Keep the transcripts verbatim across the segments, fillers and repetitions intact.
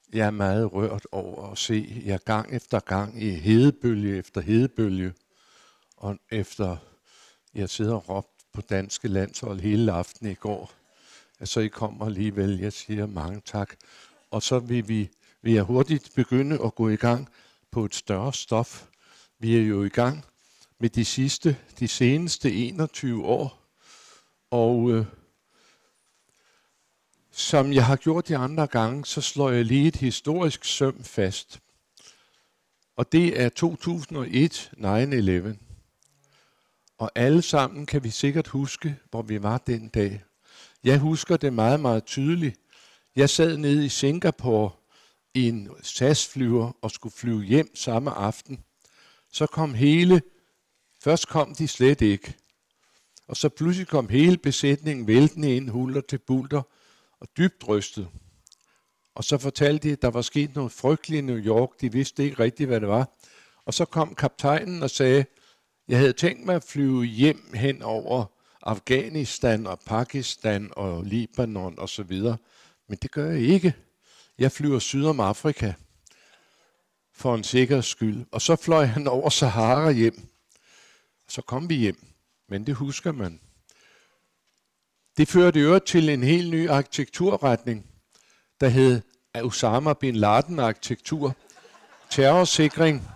Jeg er meget rørt over at se jer gang efter gang i hedebølge efter hedebølge, og efter jeg sidder og råbt på danske landshold hele aften i går, så I kommer alligevel. Jeg siger mange tak. Og så vil vi vil jeg hurtigt begynde at gå i gang på et større stof. Vi er jo i gang med de sidste, de seneste enogtyve år, og øh, som jeg har gjort de andre gange, så slår jeg lige et historisk søm fast. Og det er to tusind og et, nine eleven. Og alle sammen kan vi sikkert huske, hvor vi var den dag. Jeg husker det meget, meget tydeligt. Jeg sad nede i Singapore i en S A S-flyver og skulle flyve hjem samme aften. Så kom hele, først kom de slet ikke. Og så pludselig kom hele besætningen væltende ind, hulter til bulter, og dybt rystet. Og så fortalte de, at der var sket noget frygteligt i New York. De vidste ikke rigtigt, hvad det var. Og så kom kaptajnen og sagde, jeg havde tænkt mig at flyve hjem hen over Afghanistan og Pakistan og Libanon og så videre. Men det gør jeg ikke. Jeg flyver syd om Afrika for en sikkerheds skyld. Og så fløj han over Sahara hjem. Så kom vi hjem. Men det husker man. Det førte øvrigt til en helt ny arkitekturretning, der hed Osama bin Laden arkitektur, terrorsikring.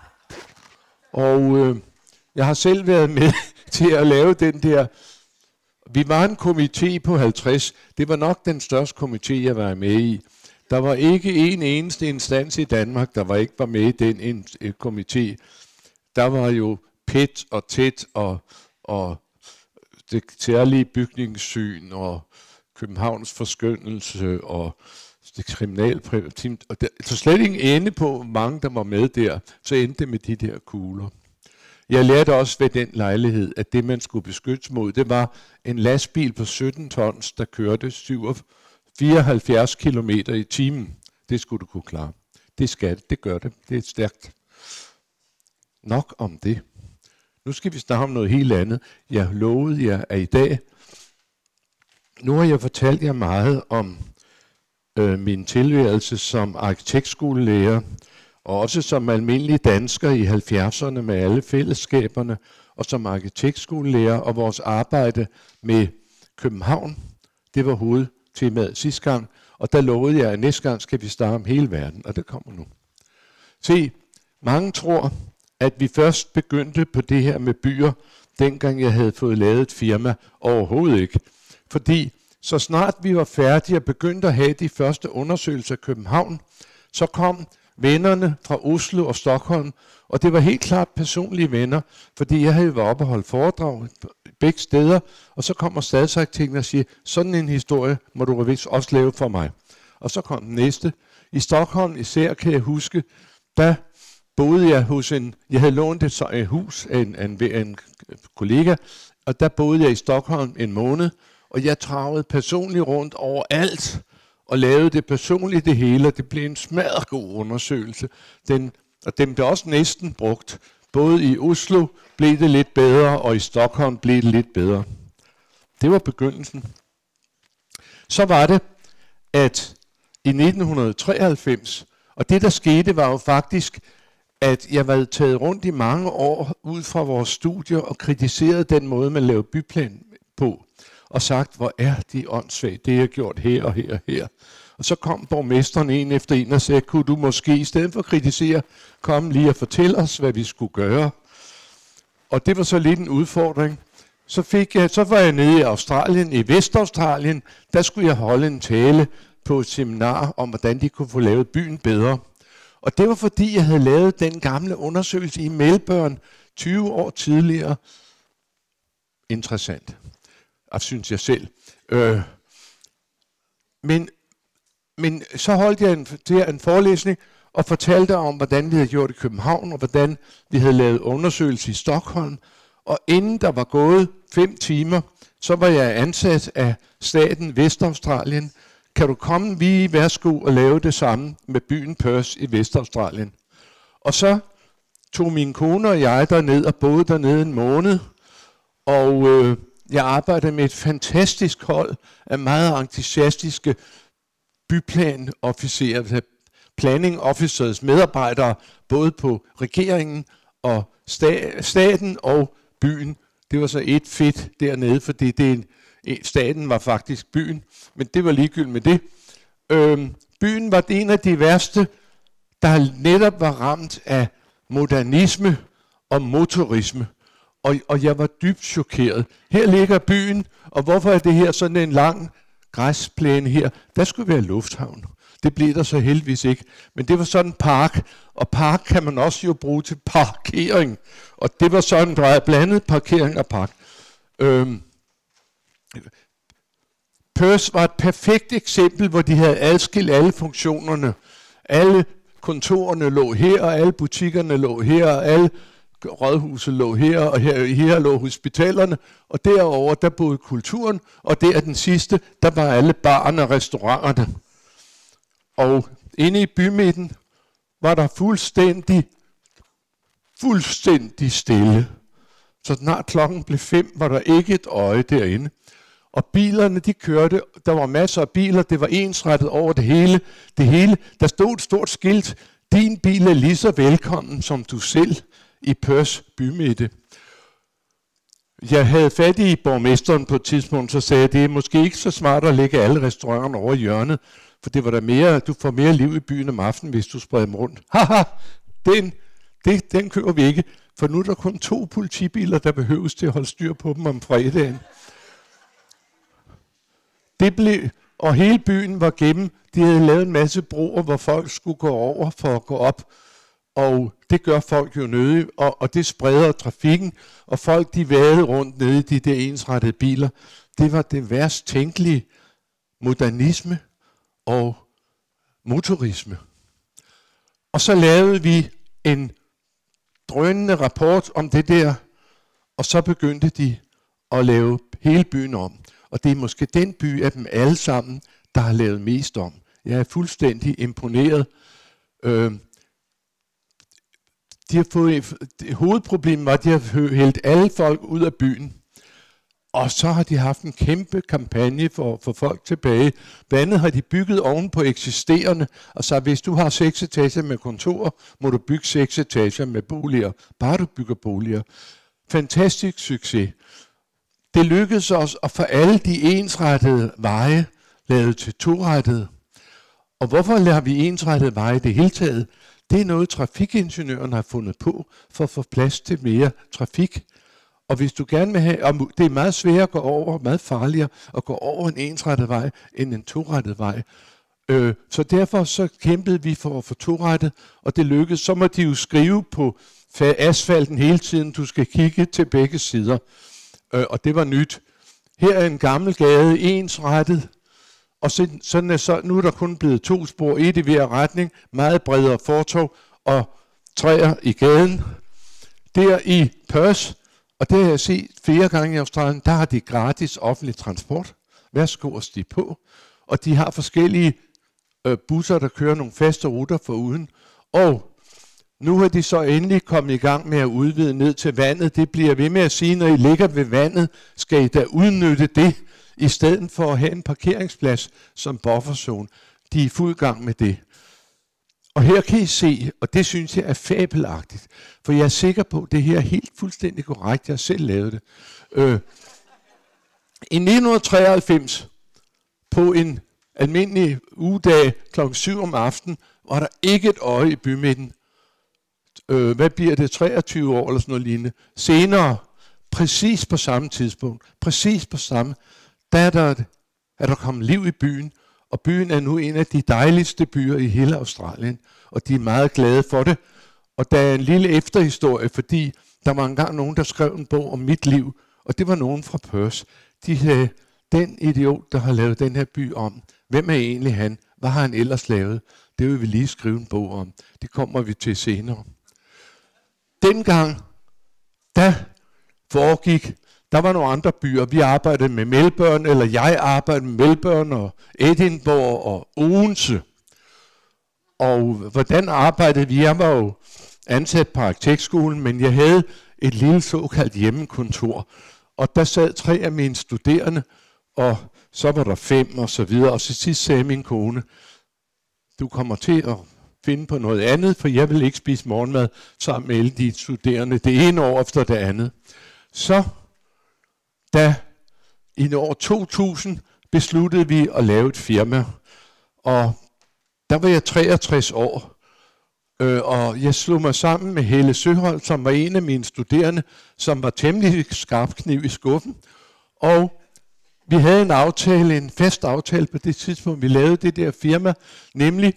Og øh, jeg har selv været med til at lave den der. Vi var en komité på halvtreds. Det var nok den største komité, jeg var med i. Der var ikke en eneste instans i Danmark, der var ikke var med i den en, en komité. Der var jo P E T og T E T og, og det særlige bygningssyn og Københavns Forskønnelse og det kriminalpræventiv. Og det, så slet ikke ende på, hvor mange der var med der. Så endte det med de der kugler. Jeg lærte også ved den lejlighed, at det man skulle beskyttes mod, det var en lastbil på sytten tons, der kørte fireoghalvfjerds kilometer i timen. Det skulle du kunne klare. Det skal det, det gør det. Det er stærkt. Nok om det. Nu skal vi snakke om noget helt andet. Jeg lovede jer, at i dag, nu har jeg fortalt jer meget om øh, min tilværelse som arkitektskolelærer, og også som almindelig dansker i halvfjerdserne med alle fællesskaberne, og som arkitektskolelærer og vores arbejde med København. Det var hovedtemaet sidste gang, og der lovede jeg, at næste gang skal vi starte om hele verden, og det kommer nu. Se, mange tror, at vi først begyndte på det her med byer, dengang jeg havde fået lavet et firma. Overhovedet ikke. Fordi så snart vi var færdige og begyndte at have de første undersøgelser af København, så kom vennerne fra Oslo og Stockholm, og det var helt klart personlige venner, fordi jeg havde været oppe og holdt foredrag begge steder, og så kommer stadsarkitekten og siger, sådan en historie må du vist også lave for mig. Og så kom den næste. I Stockholm især kan jeg huske, der boede jeg hos en, jeg havde lånt et, et hus af en, en, en kollega, og der boede jeg i Stockholm en måned, og jeg travede personligt rundt overalt, og lavede det personligt det hele, og det blev en smadregod undersøgelse. Den, og den blev også næsten brugt. Både i Oslo blev det lidt bedre, og i Stockholm blev det lidt bedre. Det var begyndelsen. Så var det, at i nitten treoghalvfems, og det der skete var jo faktisk, at jeg var taget rundt i mange år ud fra vores studier og kritiseret den måde, man lavede byplan på. Og sagt, hvor er de åndssvagt, det jeg har gjort her og her og her. Og så kom borgmesteren en efter en og sagde, kunne du måske i stedet for at kritisere, komme lige og fortælle os, hvad vi skulle gøre. Og det var så lidt en udfordring. Så, fik jeg, så var jeg nede i Australien, i Vestaustralien, der skulle jeg holde en tale på et seminar om, hvordan de kunne få lavet byen bedre. Og det var fordi, jeg havde lavet den gamle undersøgelse i Melbourne tyve år tidligere. Interessant. Og synes jeg selv. Øh. Men, men så holdt jeg en, der en forelæsning og fortalte om, hvordan vi havde gjort i København, og hvordan vi havde lavet undersøgelse i Stockholm. Og inden der var gået fem timer, så var jeg ansat af staten Vestaustralien. Kan du komme, vi værsgo og lave det samme med byen Perth i Vestaustralien? Og så tog min kone og jeg derned og boede dernede en måned, og øh, jeg arbejdede med et fantastisk hold af meget entusiastiske byplanofficerer, planning officers, medarbejdere, både på regeringen og sta- staten og byen. Det var så et fedt dernede, fordi det en, staten var faktisk byen, men det var ligegyldigt med det. Øhm, byen var en af de værste, der netop var ramt af modernisme og motorisme. Og, og jeg var dybt chokeret. Her ligger byen, og hvorfor er det her sådan en lang græsplæne her? Der skulle være lufthavn. Det blev der så heldigvis ikke. Men det var sådan en park, og park kan man også jo bruge til parkering. Og det var sådan en blandet parkering og park. Øhm. Perth var et perfekt eksempel, hvor de havde adskilt alle funktionerne. Alle kontorerne lå her, og alle butikkerne lå her, og alle rådhuset lå her, og her, her lå hospitalerne, og derover der boede kulturen, og der den sidste, der var alle barerne og restauranterne. Og inde i bymidten var der fuldstændig, fuldstændig stille. Så snart klokken blev fem, var der ikke et øje derinde. Og bilerne, de kørte, der var masser af biler, det var ensrettet over det hele. Det hele. Der stod et stort skilt, din bil er lige så velkommen som du selv i Perths bymidte. Jeg havde fat i borgmesteren på et tidspunkt, så sagde jeg, det er måske ikke så smart at lægge alle restauranterne over i hjørnet, for det var der mere, du får mere liv i byen om aftenen, hvis du spreder dem rundt. Haha, den, det, den kører vi ikke, for nu er der kun to politibiler, der behøves til at holde styr på dem om fredagen. Det blev, og hele byen var gennem, de havde lavet en masse broer, hvor folk skulle gå over for at gå op, og det gør folk jo nødigt, og, og det spreder trafikken, og folk de vadede rundt nede i de der ensrettede biler. Det var det værst tænkelige modernisme og motorisme. Og så lavede vi en drønende rapport om det der, og så begyndte de at lave hele byen om. Og det er måske den by af dem alle sammen, der har lavet mest om. Jeg er fuldstændig imponeret. Øh, de har fået, hovedproblemet var, at de har hældt alle folk ud af byen. Og så har de haft en kæmpe kampagne for at få folk tilbage. Blandt andet har de bygget oven på eksisterende, og så hvis du har seks etager med kontorer, må du bygge seks etager med boliger. Bare du bygger boliger. Fantastisk succes. Det lykkedes os at få alle de ensrettede veje lavet til torettede. Og hvorfor lader vi ensrettede veje i det hele taget? Det er noget, trafikingeniøren har fundet på for at få plads til mere trafik. Og hvis du gerne vil have, og det er meget sværere at gå over, meget farligere at gå over en ensrettet vej end en torettet vej. Øh, så derfor så kæmpede vi for at få torettet, og det lykkedes. Så må de jo skrive på asfalten hele tiden, du skal kigge til begge sider. Øh, og det var nyt. Her er en gammel gade, ensrettet, og så, sådan er så, nu er der kun blevet to spor, et i hver retning, meget bredere fortov og træer i gaden. Der i Perth, og det har jeg set flere gange i Australien, der har de gratis offentlig transport. Værsgo at stige på. Og de har forskellige øh, busser, der kører nogle faste ruter foruden. Og nu er de så endelig kommet i gang med at udvide ned til vandet. Det bliver ved med at sige, når I ligger ved vandet, skal I da udnytte det, i stedet for at have en parkeringsplads som bufferzone. De er i fuld gang med det. Og her kan I se, og det synes jeg er fabelagtigt, for jeg er sikker på, at det her er helt fuldstændig korrekt. Jeg har selv lavet det. Øh, I nitten treoghalvfems, på en almindelig ugedag klokken syv om aftenen, var der ikke et øje i bymidten. Øh, hvad bliver det? treogtyve år eller sådan noget lignende. Senere, præcis på samme tidspunkt, præcis på samme, der er der, er der kommet liv i byen, og byen er nu en af de dejligste byer i hele Australien, og de er meget glade for det. Og der er en lille efterhistorie, fordi der var engang nogen, der skrev en bog om mit liv, og det var nogen fra Perth. De havde den idiot, der har lavet den her by om. Hvem er egentlig han? Hvad har han ellers lavet? Det vil vi lige skrive en bog om. Det kommer vi til senere. Dengang, der foregik, der var nogle andre byer. Vi arbejdede med Melbourne, eller jeg arbejdede med Melbourne og Edinburgh og Odense. Og hvordan arbejdede vi? Jeg var jo ansat på arkitektskolen, men jeg havde et lille såkaldt hjemmekontor. Og der sad tre af mine studerende, og så var der fem og så videre. Og så sidst sagde min kone, du kommer til at finde på noget andet, for jeg vil ikke spise morgenmad sammen med alle de studerende, det ene år efter det andet. Så da i år to tusind besluttede vi at lave et firma, og der var jeg treogtres år, øh, og jeg slog mig sammen med Helle Søholt, som var en af mine studerende, som var temmelig skarp kniv i skuffen, og vi havde en aftale, en fast aftale på det tidspunkt, vi lavede det der firma, nemlig,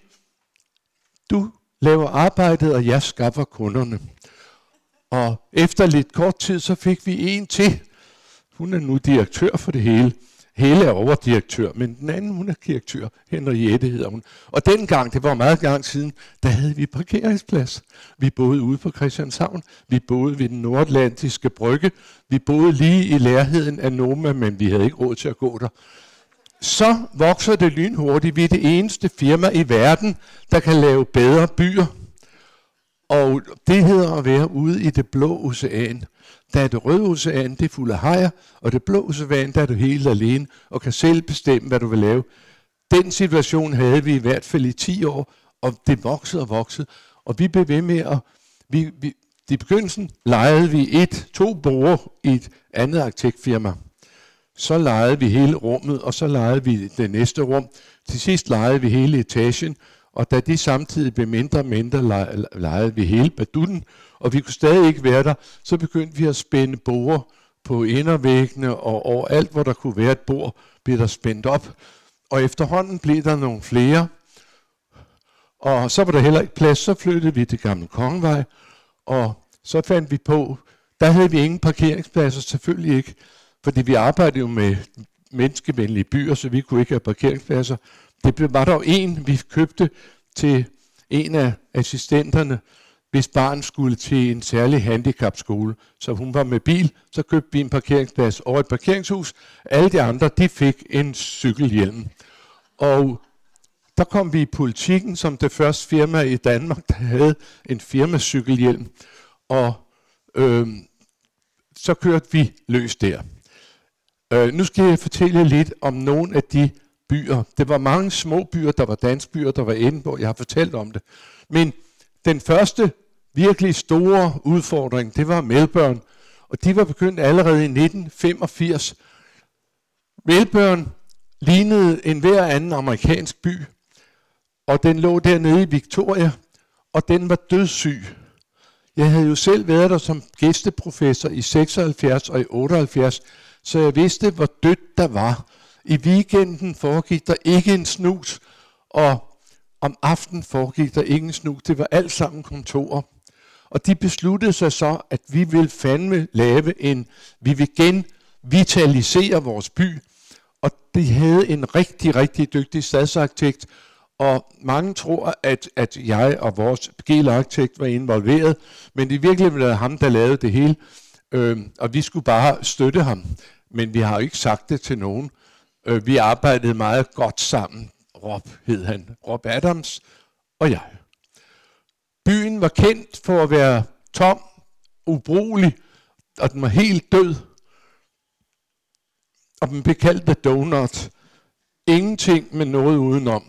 du laver arbejdet, og jeg skaffer kunderne. Og efter lidt kort tid, så fik vi en til. Hun er nu direktør for det hele. Hele er overdirektør, men den anden, hun er direktør. Henriette hedder hun. Og dengang, det var meget lang siden, der havde vi parkeringsplads. Vi boede ude på Christianshavn. Vi boede ved den nordatlantiske brygge. Vi boede lige i nærheden af Noma, men vi havde ikke råd til at gå der. Så vokser det lynhurtigt. Vi er det eneste firma i verden, der kan lave bedre byer. Og det hedder at være ude i det blå ocean. Der er det røde ocean, det er fuld af hajer, og det blå ocean, der er du helt alene, og kan selv bestemme, hvad du vil lave. Den situation havde vi i hvert fald i ti år, og det voksede og voksede. Og vi blev ved med at... Vi, vi, I begyndelsen lejede vi et, to borde i et andet arkitektfirma. Så lejede vi hele rummet, og så lejede vi det næste rum. Til sidst lejede vi hele etagen, og da de samtidig blev mindre og mindre, lejede vi hele badutten, og vi kunne stadig ikke være der, så begyndte vi at spænde borde på indervæggene, og overalt, hvor der kunne være et bord, blev der spændt op. Og efterhånden blev der nogle flere, og så var der heller ikke plads, så flyttede vi til Gamle Kongevej, og så fandt vi på, der havde vi ingen parkeringspladser, selvfølgelig ikke, fordi vi arbejdede jo med menneskevenlige byer, så vi kunne ikke have parkeringspladser. Det blev, var der jo en, vi købte til en af assistenterne, hvis barn skulle til en særlig handicapskole. Så hun var med bil, så købte vi en parkeringsplads over et parkeringshus. Alle de andre, de fik en cykelhjelm. Og der kom vi i Politikken som det første firma i Danmark, der havde en firmacykelhjelm. Og øh, så kørte vi løs der. Øh, nu skal jeg fortælle lidt om nogle af de byer. Det var mange små byer, der var dansbyer, der var Edinburgh. Jeg har fortalt om det. Men den første virkelig store udfordring, det var Melbourne. Og de var begyndt allerede i nitten femogfirs. Melbourne lignede en hver anden amerikansk by. Og den lå dernede i Victoria, og den var dødssyg. Jeg havde jo selv været der som gæsteprofessor i seksoghalvfjerds og i otteoghalvfjerds, så jeg vidste, hvor dødt der var. I weekenden foregik der ikke en snus, og om aftenen foregik der ingen snus. Det var alt sammen kontorer. Og de besluttede sig så, at vi vil fandme lave en, vi vil genvitalisere vores by. Og de havde en rigtig, rigtig dygtig stadsarkitekt, og mange tror, at, at jeg og vores G-arkitekt var involveret, men det virkelig var ham, der lavede det hele, øh, og vi skulle bare støtte ham. Men vi har jo ikke sagt det til nogen. Øh, vi arbejdede meget godt sammen. Rob hed han. Rob Adams og jeg. Byen var kendt for at være tom, ubrugelig, og den var helt død. Og den blev kaldt The Donut. Ingenting med noget udenom.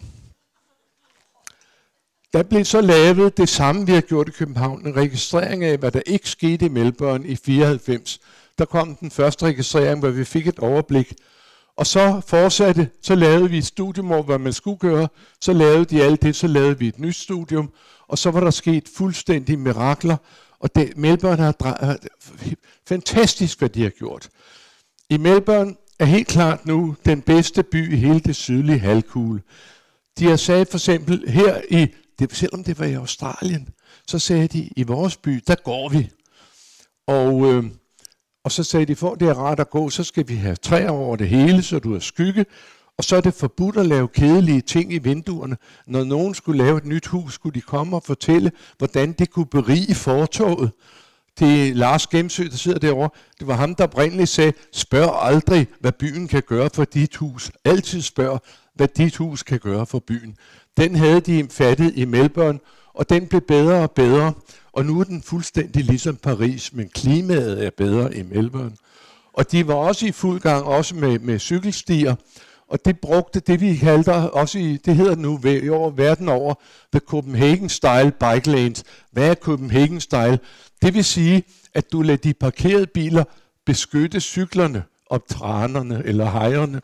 Der blev så lavet det samme, vi har gjort i København, en registrering af, hvad der ikke skete i Melbourne i fireoghalvfems. Der kom den første registrering, hvor vi fik et overblik. Og så fortsatte, så lavede vi et studium over, hvad man skulle gøre. Så lavede de alt det, så lavede vi et nyt studium. Og så var der sket fuldstændig mirakler. Og det, Melbourne har drej- fantastisk, hvad de har gjort. I Melbourne er helt klart nu den bedste by i hele det sydlige halvkugle. De har sagt for eksempel her i, det, selvom det var i Australien, så sagde de, i vores by, der går vi. Og, øh, og så sagde de, for det er rart at gå, så skal vi have træer over det hele, så du har skygge. Og så er det forbudt at lave kedelige ting i vinduerne. Når nogen skulle lave et nyt hus, skulle de komme og fortælle, hvordan det kunne berige fortovet. Det er Lars Gemsø, der sidder derovre. Det var ham, der oprindeligt sagde, spørg aldrig, hvad byen kan gøre for dit hus. Altid spørg, hvad dit hus kan gøre for byen. Den havde de fattet i Melbourne, og den blev bedre og bedre. Og nu er den fuldstændig ligesom Paris, men klimaet er bedre i Melbourne. Og de var også i fuld gang, også med, med cykelstier. Og det brugte det, vi kaldte også i, det hedder nu i år, verden over, The Copenhagen Style Bike Lanes. Hvad er Copenhagen Style? Det vil sige, at du lader de parkerede biler beskytte cyklerne og tranerne eller hejerne.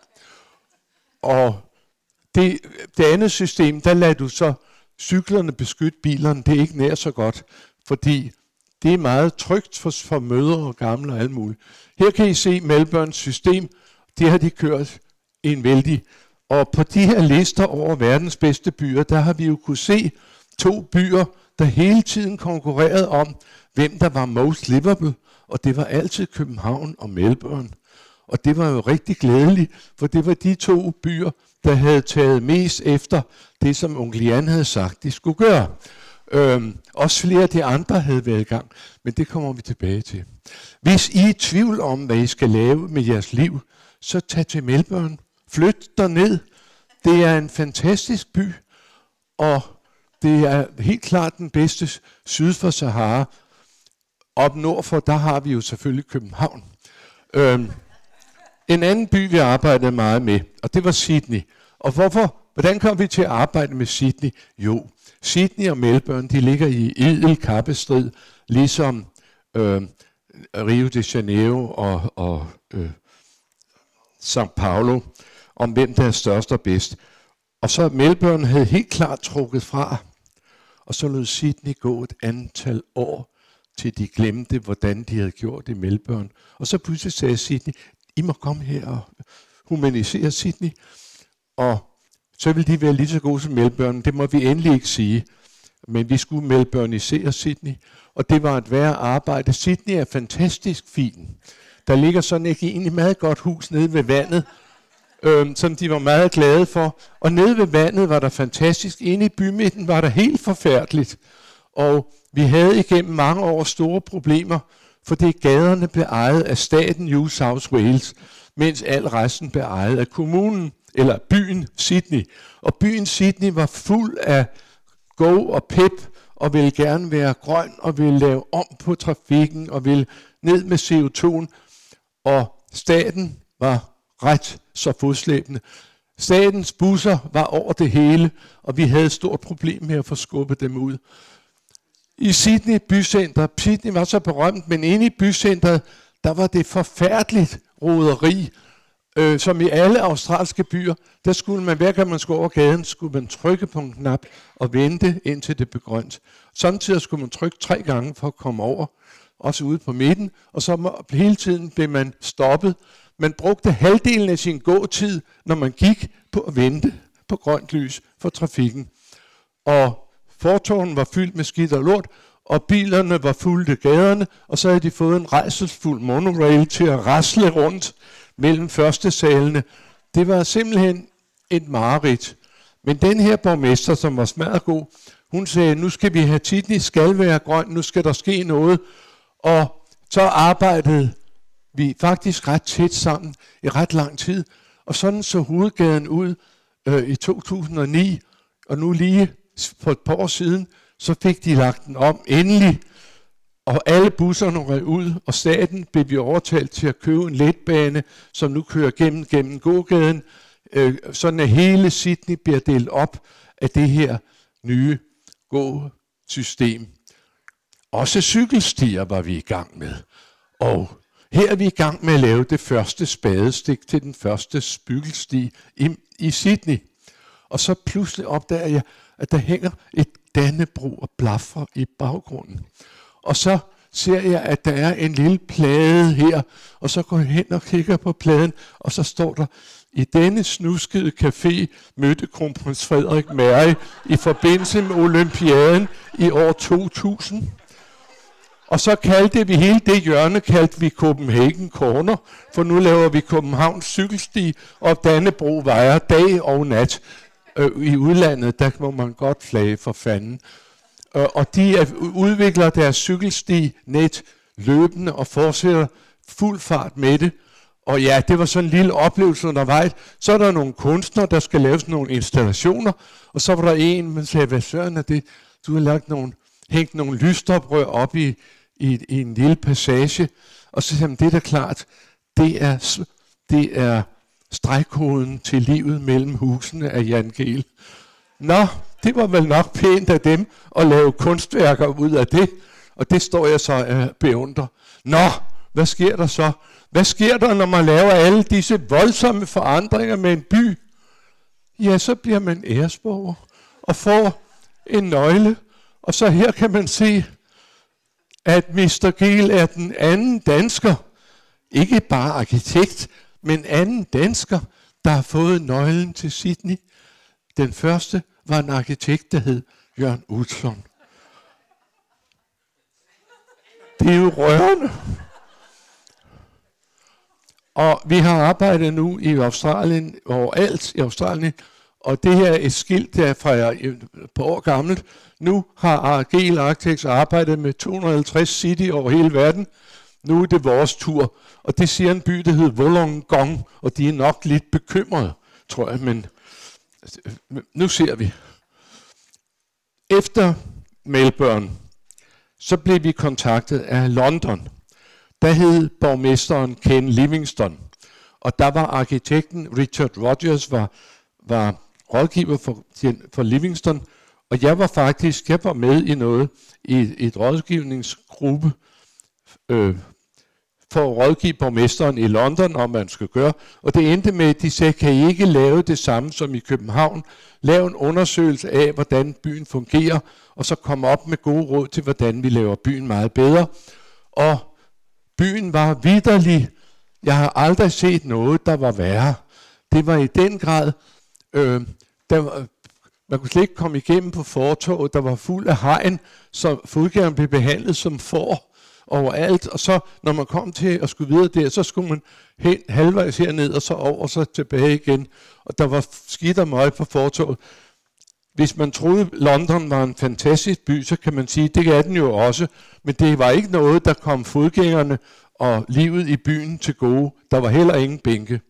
Og det, det andet system, der lader du så cyklerne beskytte bilerne. Det er ikke nær så godt, fordi det er meget trygt for, for mødre og gamle og alt muligt. Her kan I se Melbournes system. Det har de kørt en vældig. Og på de her lister over verdens bedste byer, der har vi jo kunne se to byer, der hele tiden konkurrerede om, hvem der var most livable. Og det var altid København og Melbourne. Og det var jo rigtig glædeligt, for det var de to byer, der havde taget mest efter det, som onkel Jan havde sagt, de skulle gøre. Øhm, også flere af de andre havde været i gang, men det kommer vi tilbage til. Hvis I er i tvivl om, hvad I skal lave med jeres liv, så tag til Melbourne. Flyt derned. Det er en fantastisk by, og det er helt klart den bedste syd for Sahara. Op nordfor, der har vi jo selvfølgelig København. Øhm, en anden by, vi arbejdede meget med, og det var Sydney. Og hvorfor? Hvordan kom vi til at arbejde med Sydney? Jo, Sydney og Melbourne, de ligger i idel kappestrid, ligesom øh, Rio de Janeiro og, og øh, São Paulo, om hvem der er størst og bedst. Og så Melbourne havde helt klart trukket fra, og så lod Sydney gå et antal år, til de glemte, hvordan de havde gjort i Melbourne. Og så pludselig sagde Sydney, I må komme her og humanisere Sydney. Og så ville de være lige så gode som Melbourne. Det må vi endelig ikke sige. Men vi skulle melbournisere Sydney. Og det var et værre arbejde. Sydney er fantastisk fin. Der ligger sådan et egentlig meget godt hus nede ved vandet, øh, som de var meget glade for. Og nede ved vandet var der fantastisk. Inde i bymidten var der helt forfærdeligt. Og vi havde igennem mange år store problemer, fordi gaderne blev ejet af staten New South Wales, mens al resten blev ejet af kommunen, eller byen Sydney. Og byen Sydney var fuld af go og pep, og ville gerne være grøn, og ville lave om på trafikken, og ville ned med C O to'en. Og staten var ret så fodslæbende. Statens busser var over det hele, og vi havde et stort problem med at få skubbet dem ud. I Sydney bycenter, Sydney var så berømt, men inde i bycentret, der var det forfærdeligt roderi, øh, som i alle australske byer. Der skulle man, hver gang man skulle over gaden, skulle man trykke på en knap og vente, indtil det blev grønt. Samtidig skulle man trykke tre gange for at komme over, også ude på midten, og så hele tiden blev man stoppet. Man brugte halvdelen af sin gåtid, når man gik på at vente på grønt lys for trafikken. Og fortoven var fyldt med skidt og lort, og bilerne var fulde af gaderne, og så havde de fået en rejselsfuld monorail til at rasle rundt mellem første salene. Det var simpelthen et mareridt. Men den her borgmester, som var smadret god, hun sagde, nu skal vi have Sydney, skal være grøn, nu skal der ske noget. Og så arbejdede vi faktisk ret tæt sammen i ret lang tid. Og sådan så hovedgaden ud øh, i to tusind og ni, og nu lige for et par år siden, så fik de lagt den om endelig, og alle busserne røg ud, og staten blev vi overtalt til at købe en letbane, som nu kører gennem, gennem gågaden, øh, sådan at hele Sydney bliver delt op af det her nye gåsystem. Også cykelstier var vi i gang med, og her er vi i gang med at lave det første spadestik til den første cykelsti i, i Sydney. Og så pludselig opdager jeg, at der hænger et Dannebrog og blaffer i baggrunden. Og så ser jeg, at der er en lille plade her, og så går jeg hen og kigger på pladen, og så står der, i denne snuskede café mødte kronprins Frederik Mary i forbindelse med olympiaden i år to tusind. Og så kaldte vi hele det hjørne, kaldte vi Copenhagen Corner, for nu laver vi Københavns cykelsti, og Dannebrog vejer dag og nat. I udlandet, der må man godt flage for fanden. Og de udvikler deres cykelsti-net løbende og fortsætter fuld fart med det. Og ja, det var sådan en lille oplevelse undervejs. Så er der nogle kunstnere, der skal lave sådan nogle installationer. Og så var der en, man sagde, hvad søren er det? Du har lagt nogle, hængt nogle lystoprør op i, i, i en lille passage. Og så sagde man, det er da klart, det er, det er stregkoden til livet mellem husene af Jan Gehl. Nå, det var vel nok pænt af dem at lave kunstværker ud af det, og det står jeg så og beundrer. Nå, hvad sker der så? Hvad sker der, når man laver alle disse voldsomme forandringer med en by? Ja, så bliver man æresborger og får en nøgle, og så her kan man se, at mister Gehl er den anden dansker, ikke bare arkitekt, men anden dansker, der har fået nøglen til Sydney. Den første var en arkitekt, der hed Jørgen Utzon. Det er jo rørende. Og vi har arbejdet nu i Australien, overalt i Australien, og det her er et skilt, der er fra et par år gammelt. Nu har Gehl Architects arbejdet med to hundrede og halvtreds city over hele verden. Nu er det vores tur, og det siger en by, der hedder Wollongong, og de er nok lidt bekymrede, tror jeg, men nu ser vi. Efter Melbourne, så blev vi kontaktet af London. Der hed borgmesteren Ken Livingstone, og der var arkitekten Richard Rogers, var, var rådgiver for, for Livingstone, og jeg var faktisk, jeg var med i noget, i, i et rådgivningsgruppe, øh, for at rådgive borgmesteren i London, om man skulle gøre. Og det endte med, at de sagde, kan I ikke lave det samme som i København? Lav en undersøgelse af, hvordan byen fungerer, og så komme op med gode råd til, hvordan vi laver byen meget bedre. Og byen var vitterlig. Jeg har aldrig set noget, der var værre. Det var i den grad, øh, der var, man kunne slet ikke komme igennem på fortovet, der var fuld af hegn, så fodgængeren blev behandlet som får overalt, og så når man kom til at skulle videre der, så skulle man hen, halvvejs herned, og så over, og så tilbage igen, og der var skidt og møg på fortovet. Hvis man troede, London var en fantastisk by, så kan man sige, det er den jo også, men det var ikke noget, der kom fodgængerne og livet i byen til gode. Der var heller ingen bænke.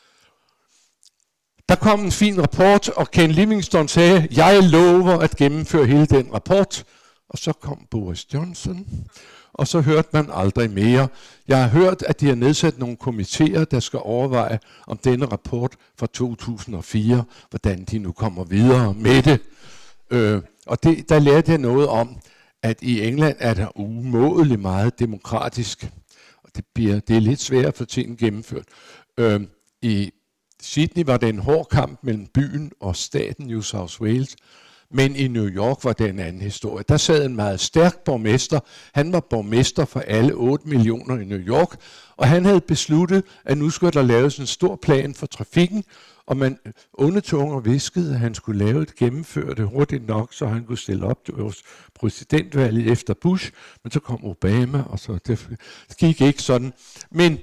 Der kom en fin rapport, og Ken Livingstone sagde, jeg lover at gennemføre hele den rapport. Og så kom Boris Johnson, og så hørte man aldrig mere. Jeg har hørt, at de har nedsat nogle komitéer, der skal overveje om denne rapport fra to tusind og fire, hvordan de nu kommer videre med det. Øh, og det, der lærte jeg noget om, at i England er der umådeligt meget demokratisk, og det, bliver, det er lidt svært at få tingene gennemført. Øh, I Sydney var det en hård kamp mellem byen og staten New South Wales, men i New York var det en anden historie. Der sad en meget stærk borgmester. Han var borgmester for alle otte millioner i New York, og han havde besluttet, at nu skulle der laves en stor plan for trafikken, og man ondetunger viskede, at han skulle lave et gennemføre det hurtigt nok, så han kunne stille op til præsidentvalget efter Bush, men så kom Obama, og så det gik ikke sådan. Men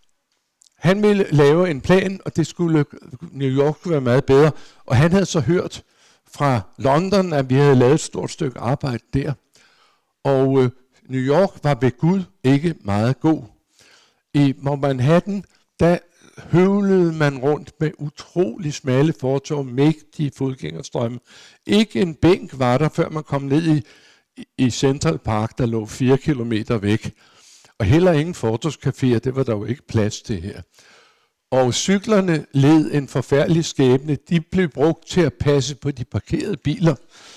han ville lave en plan, og det skulle New York skulle være meget bedre, og han havde så hørt fra London, at vi havde lavet et stort stykke arbejde der. Og øh, New York var ved Gud ikke meget god. I Manhattan, der høvlede man rundt med utrolig smalle fortov, mægtige fodgængerstrømme. Ikke en bænk var der, før man kom ned i, i Central Park, der lå fire kilometer væk. Og heller ingen fortovscaféer, det var der jo ikke plads til her. Og cyklerne led en forfærdelig skæbne. De blev brugt til at passe på de parkerede biler.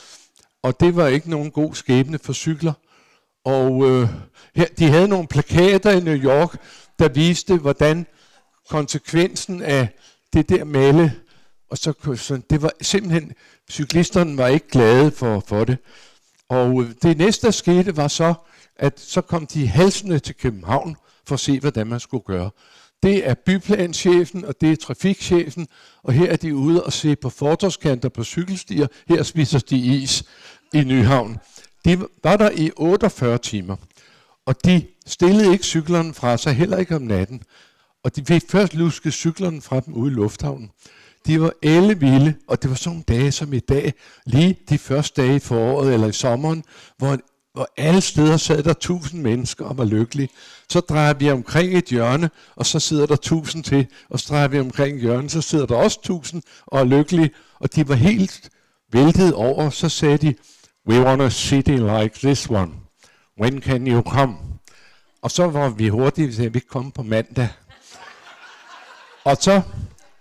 Og det var ikke nogen god skæbne for cykler. Og øh, her, de havde nogle plakater i New York, der viste, hvordan konsekvensen af det der male, og så, så det var simpelthen, cyklisterne var ikke glade for, for det. Og det næste, der skete, var så, at så kom de halsende til København for at se, hvordan man skulle gøre. Det er byplanchefen, og det er trafikchefen, og her er de ude og se på fortovskanter på cykelstier. Her spiser de is i Nyhavn. De var der i otteogfyrre timer, og de stillede ikke cyklerne fra sig, heller ikke om natten. Og de fik først lusket cyklerne fra dem ude i lufthavnen. De var ellevilde, og det var sådan dage som i dag, lige de første dage i foråret eller i sommeren, hvor hvor alle steder sad der tusind mennesker og var lykkelige. Så drejer vi omkring et hjørne, og så sidder der tusind til, og så drejer vi omkring et hjørne, så sidder der også tusind og er lykkelige, og de var helt væltet over. Så sagde de, we want a city like this one. When can you come? Og så var vi hurtigt, vi sagde, vi kom på mandag. Og så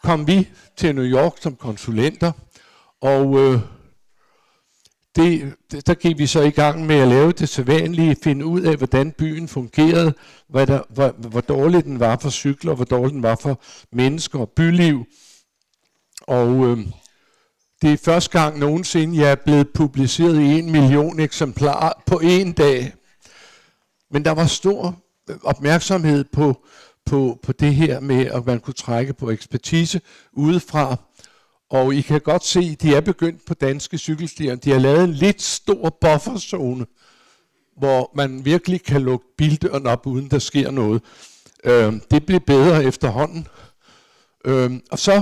kom vi til New York som konsulenter, og øh, det, der gik vi så i gang med at lave det sædvanlige, finde ud af, hvordan byen fungerede, hvad der, hvor, hvor dårligt den var for cykler, hvor dårligt den var for mennesker og byliv. Og øh, det er første gang nogensinde, jeg er blevet publiceret i en million eksemplarer på en dag. Men der var stor opmærksomhed på, på, på det her med, at man kunne trække på ekspertise udefra. Og I kan godt se, at de er begyndt på danske cykelstier. De har lavet en lidt stor bufferzone, hvor man virkelig kan lukke bildøren op, uden der sker noget. Øh, det bliver bedre efterhånden. Øh, og så,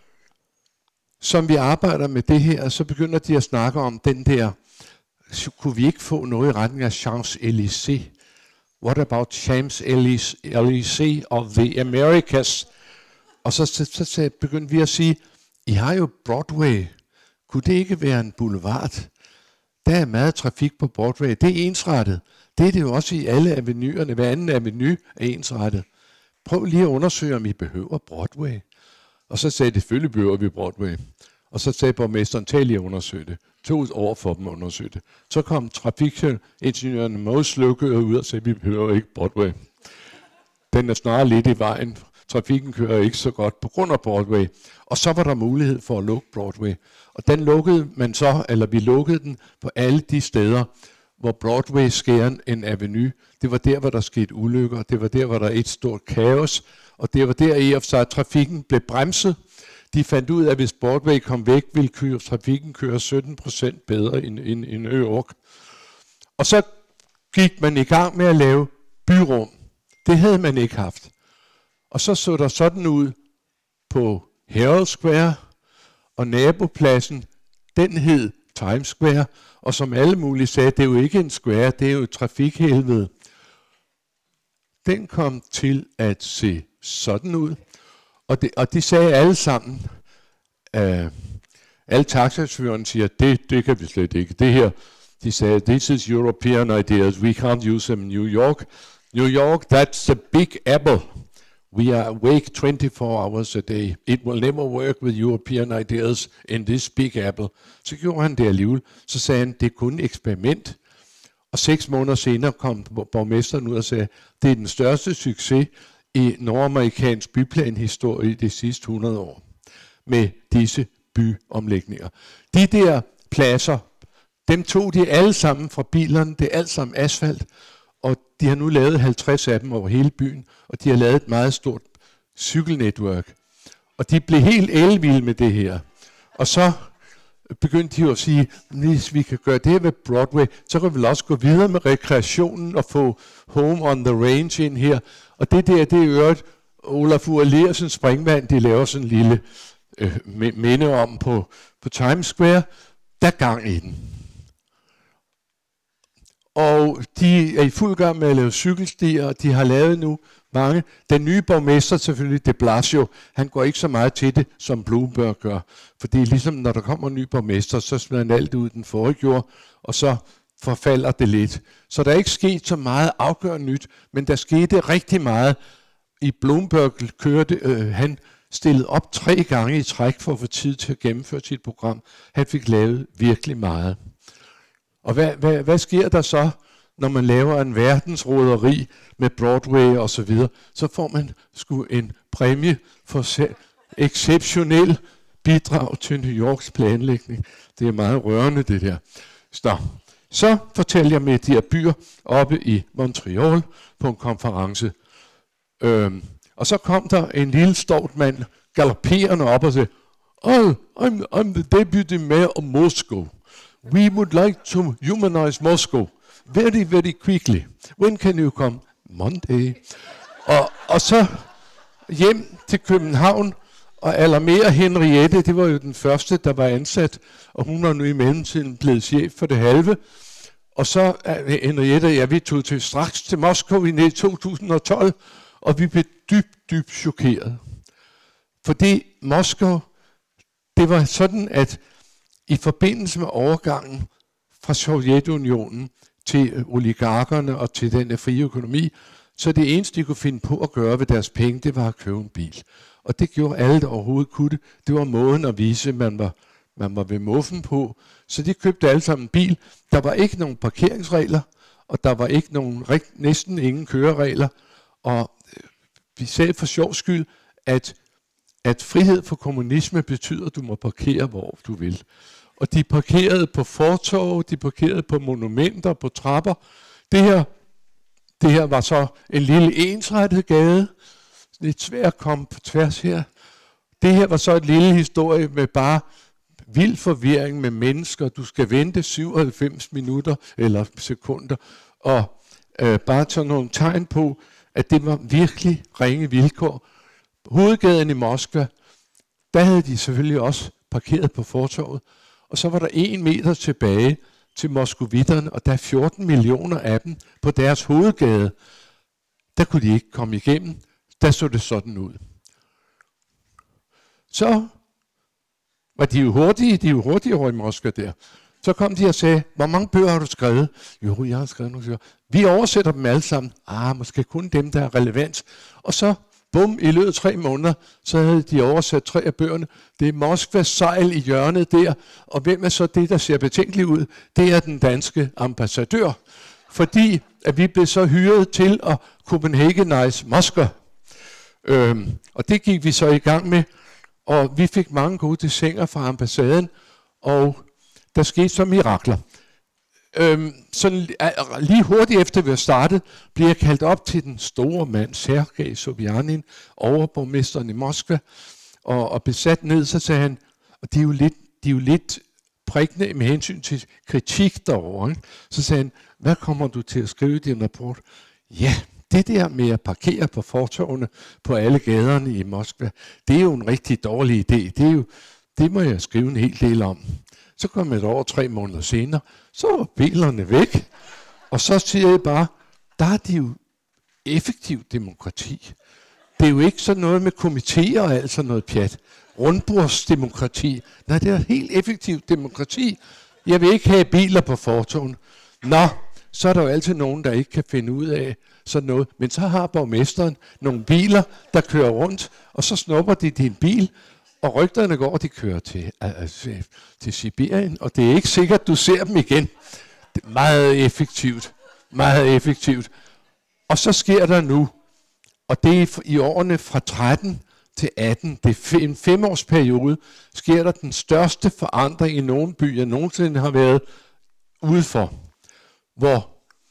som vi arbejder med det her, så begynder de at snakke om den der, så kunne vi ikke få noget i retning af Champs-Élysées? What about Champs-Élysées of the Americas? Og så, så, så, så begyndte vi at sige, I har jo Broadway. Kunne det ikke være en boulevard? Der er meget trafik på Broadway. Det er ensrettet. Det er det jo også i alle avenyerne. Hver anden aveny er ensrettet. Prøv lige at undersøge, om I behøver Broadway. Og så sagde de, selvfølgelig behøver vi Broadway. Og så sagde borgmesteren, tag lige at undersøge det. To år for dem at undersøge det. Så kom trafikingeniørerne Mogens Lykke ud og sagde, vi behøver ikke Broadway. Den er snarere lidt i vejen. Trafikken kører ikke så godt på grund af Broadway. Og så var der mulighed for at lukke Broadway. Og den lukkede man så, eller vi lukkede den på alle de steder, hvor Broadway skærer en avenue. Det var der, hvor der skete ulykker. Det var der, hvor der er et stort kaos. Og det var der i og for sig, at trafikken blev bremset. De fandt ud af, at hvis Broadway kom væk, ville køre, trafikken køre sytten procent bedre end, end, end New York. Og så gik man i gang med at lave byrum. Det havde man ikke haft. Og så så der sådan ud på Herald Square, og nabopladsen, den hed Times Square, og som alle mulige sagde, det er jo ikke en square, det er jo et trafikhelvede. Den kom til at se sådan ud, og, det, og de sagde alle sammen, uh, alle taxachaufførerne siger, det, det kan vi slet ikke. Det her, de sagde, this is European ideas, we can't use them in New York. New York, that's the big apple. We are awake twenty-four hours a day. It will never work with European ideas in this big apple. Så gjorde han det alligevel. Så sagde han, det er kun et eksperiment. Og seks måneder senere kom borgmesteren ud og sagde, det er den største succes i nordamerikansk byplanhistorie i de sidste hundrede år. Med disse byomlægninger. De der pladser, dem tog de alle sammen fra bilerne. Det er alt sammen asfalt. Og de har nu lavet halvtreds af dem over hele byen, og de har lavet et meget stort cykelnetværk. Og de blev helt elvilde med det her. Og så begyndte de jo at sige, hvis vi kan gøre det her med Broadway, så kan vi vel også gå videre med rekreationen og få Home on the Range ind her. Og det der, det er jo øvrigt Olaf Ure Lersens Springvand, de laver sådan en lille øh, minde om på, på Times Square. Der er gang i den. Og de er i fuld gang med at lave cykelstier, og de har lavet nu mange. Den nye borgmester, selvfølgelig de Blasio, han går ikke så meget til det, som Bloomberg gør. For det er ligesom, når der kommer en ny borgmester, så smider han alt ud, den forrige gjorde, og så forfalder det lidt. Så der er ikke sket så meget afgørende nyt, men der skete rigtig meget. I Bloomberg kørte, øh, han stillede op tre gange i træk for at få tid til at gennemføre sit program. Han fik lavet virkelig meget. Og hvad, hvad, hvad sker der så, når man laver en verdensroderi med Broadway og så videre? Så får man sgu en præmie for exceptionel bidrag til New Yorks planlægning. Det er meget rørende, det der. Så, så fortæller jeg med de her byer oppe i Montreal på en konference. Øhm, og så kom der en lille stort mand galopperende op og sagde, oh, I'm, I'm the deputy mayor of Moscow. We would like to humanize Moscow very, very quickly. When can you come? Monday. Og, og så hjem til København og alarmere Henriette. Det var jo den første, der var ansat, og hun var nu i mellemtiden blevet chef for det halve. Og så Henriette og jeg, vi tog til straks til Moskva i to tusind og tolv, og vi blev dybt, dybt chokeret. Fordi Moskva, det var sådan, at i forbindelse med overgangen fra Sovjetunionen til oligarkerne og til den frie økonomi, så det eneste, de kunne finde på at gøre ved deres penge, det var at købe en bil. Og det gjorde alle, der overhovedet kunne det. Det var måden at vise, at man var, man var ved muffen på. Så de købte alle sammen en bil. Der var ikke nogen parkeringsregler, og der var ikke nogen, næsten ingen køreregler. Og vi sagde for sjov skyld, at, at frihed for kommunisme betyder, at du må parkere, hvor du vil. Og de parkerede på fortov, de parkerede på monumenter, på trapper. Det her, det her var så en lille ensrettet gade. Lidt svært at komme på tværs her. Det her var så et lille historie med bare vild forvirring med mennesker. Du skal vente syvoghalvfems minutter eller sekunder. Og øh, bare tage nogle tegn på, at det var virkelig ringe vilkår. Hovedgaden i Moskva, der havde de selvfølgelig også parkeret på fortovet. Og så var der en meter tilbage til moskovitterne, og der er fjorten millioner af dem på deres hovedgade. Der kunne de ikke komme igennem. Der så det sådan ud. Så var de jo hurtige, de er jo hurtige over i Moskva der. Så kom de og sagde, hvor mange bøger har du skrevet? Jo, jeg har skrevet nogle bøger. Vi oversætter dem alle sammen. Ah, måske kun dem, der er relevant. Og så, bum, i løbet af tre måneder, så havde de oversat tre af bøgerne. Det er Moskvas sejl i hjørnet der. Og hvem er så det, der ser betænkeligt ud? Det er den danske ambassadør. Fordi at vi blev så hyret til at Copenhagenize Moskva. Øhm, og det gik vi så i gang med. Og vi fik mange gode desinger fra ambassaden. Og der skete så mirakler. Øhm, sådan, lige hurtigt efter vi var startet, blev jeg kaldt op til den store mand, Sergej Sobjanin, overborgmesteren i Moskva, og, og besat ned, så sagde han, og de er jo lidt, de er jo lidt prikkende med hensyn til kritik derovre, ikke? Så sagde han, hvad kommer du til at skrive i din rapport? Ja, det der med at parkere på fortovene på alle gaderne i Moskva, det er jo en rigtig dårlig idé. Det, er jo, det må jeg skrive en hel del om. Så kom et år, tre måneder senere, så var bilerne væk. Og så siger jeg bare, der er det jo effektivt demokrati. Det er jo ikke sådan noget med komitéer og alt sådan noget pjat. Rundbordsdemokrati. Nej, det er helt effektivt demokrati. Jeg vil ikke have biler på fortoven. Nå, så er der jo altid nogen, der ikke kan finde ud af sådan noget. Men så har borgmesteren nogle biler, der kører rundt, og så snupper de din bil, og rygterne går, de kører til, altså, til Sibirien, og det er ikke sikkert, du ser dem igen. Det er meget effektivt. Meget effektivt. Og så sker der nu, og det er i årene fra tretten til atten, det er en femårsperiode, sker der den største forandring i nogle byer, nogensinde har været udefor. Hvor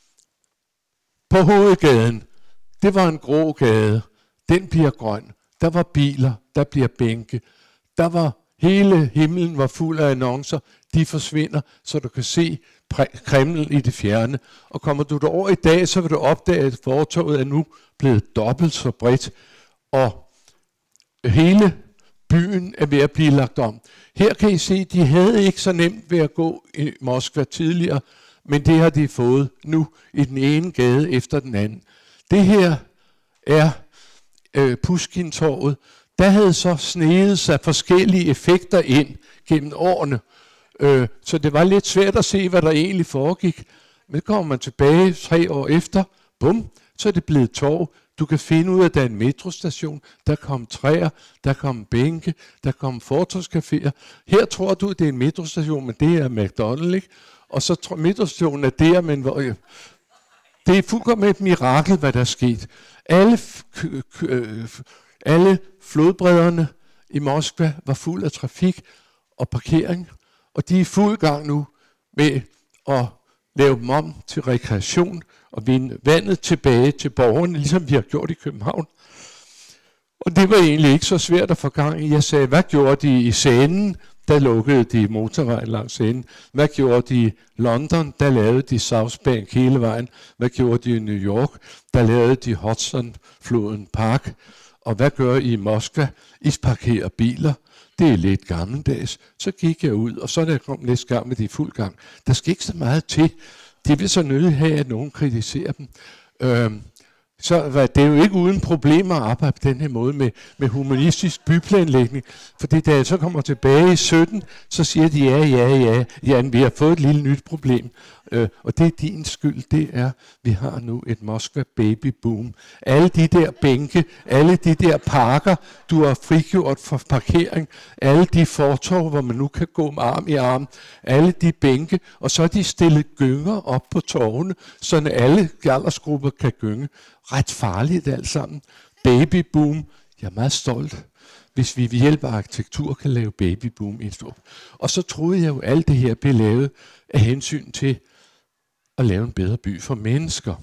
på hovedgaden, det var en grå gade, den bliver grøn. Der var biler, der bliver bænke. Der var hele himlen var fuld af annoncer. De forsvinder, så du kan se Kreml i det fjerne. Og kommer du derover i dag, så vil du opdage, at fortovet er nu blevet dobbelt så bredt. Og hele byen er ved at blive lagt om. Her kan I se, de havde ikke så nemt ved at gå i Moskva tidligere, men det har de fået nu i den ene gade efter den anden. Det her er øh, Pushkin-torvet. Der havde så sneget sig forskellige effekter ind gennem årene. Øh, så det var lidt svært at se, hvad der egentlig foregik. Men kommer man tilbage tre år efter, bum, så er det blevet torv. Du kan finde ud af, at der er en metrostation, der kom træer, der kom bænke, der kom fortovscaféer. Her tror du, det er en metrostation, men det er McDonald's, ikke? Og så tror metrostationen er der, men hvor, øh, det er fuldkommen et mirakel, hvad der er sket. Alle, k- k- øh, alle flodbredderne i Moskva var fuld af trafik og parkering, og de er i fuld gang nu med at lave dem om til rekreation og vinde vandet tilbage til borgerne, ligesom vi har gjort i København. Og det var egentlig ikke så svært at få gang i. Jeg sagde, hvad gjorde de i Seinen? Der lukkede de motorvejen langs Seinen. Hvad gjorde de i London? Der lavede de South Bank hele vejen. Hvad gjorde de i New York? Der lavede de Hudson-floden Park. Og hvad gør I i Moskva? I parkerer biler. Det er lidt gammeldags. Så gik jeg ud, og så da jeg kom næste gang med de fuld gang. Der skal ikke så meget til. De vil så nødt have, at nogen kritiserer dem. Øhm, så var det jo ikke uden problemer at arbejde på den her måde med, med humanistisk byplanlægning. Fordi da jeg så kommer tilbage i sytten, så siger de, ja, ja, ja, ja, vi har fået et lille nyt problem. Øh, og det er din skyld, det er, vi har nu et Moskva baby boom. Alle de der bænke, alle de der parker, du har frigjort for parkering, alle de fortov, hvor man nu kan gå med arm i arm, alle de bænke, og så er de stillet gynger op på torvene, så alle aldersgrupper kan gynge. Ret farligt alt sammen. Baby boom. Jeg er meget stolt, hvis vi ved hjælp af arkitektur kan lave babyboom i en stor. Og så troede jeg jo, at alt det her blev lavet af hensyn til at lave en bedre by for mennesker.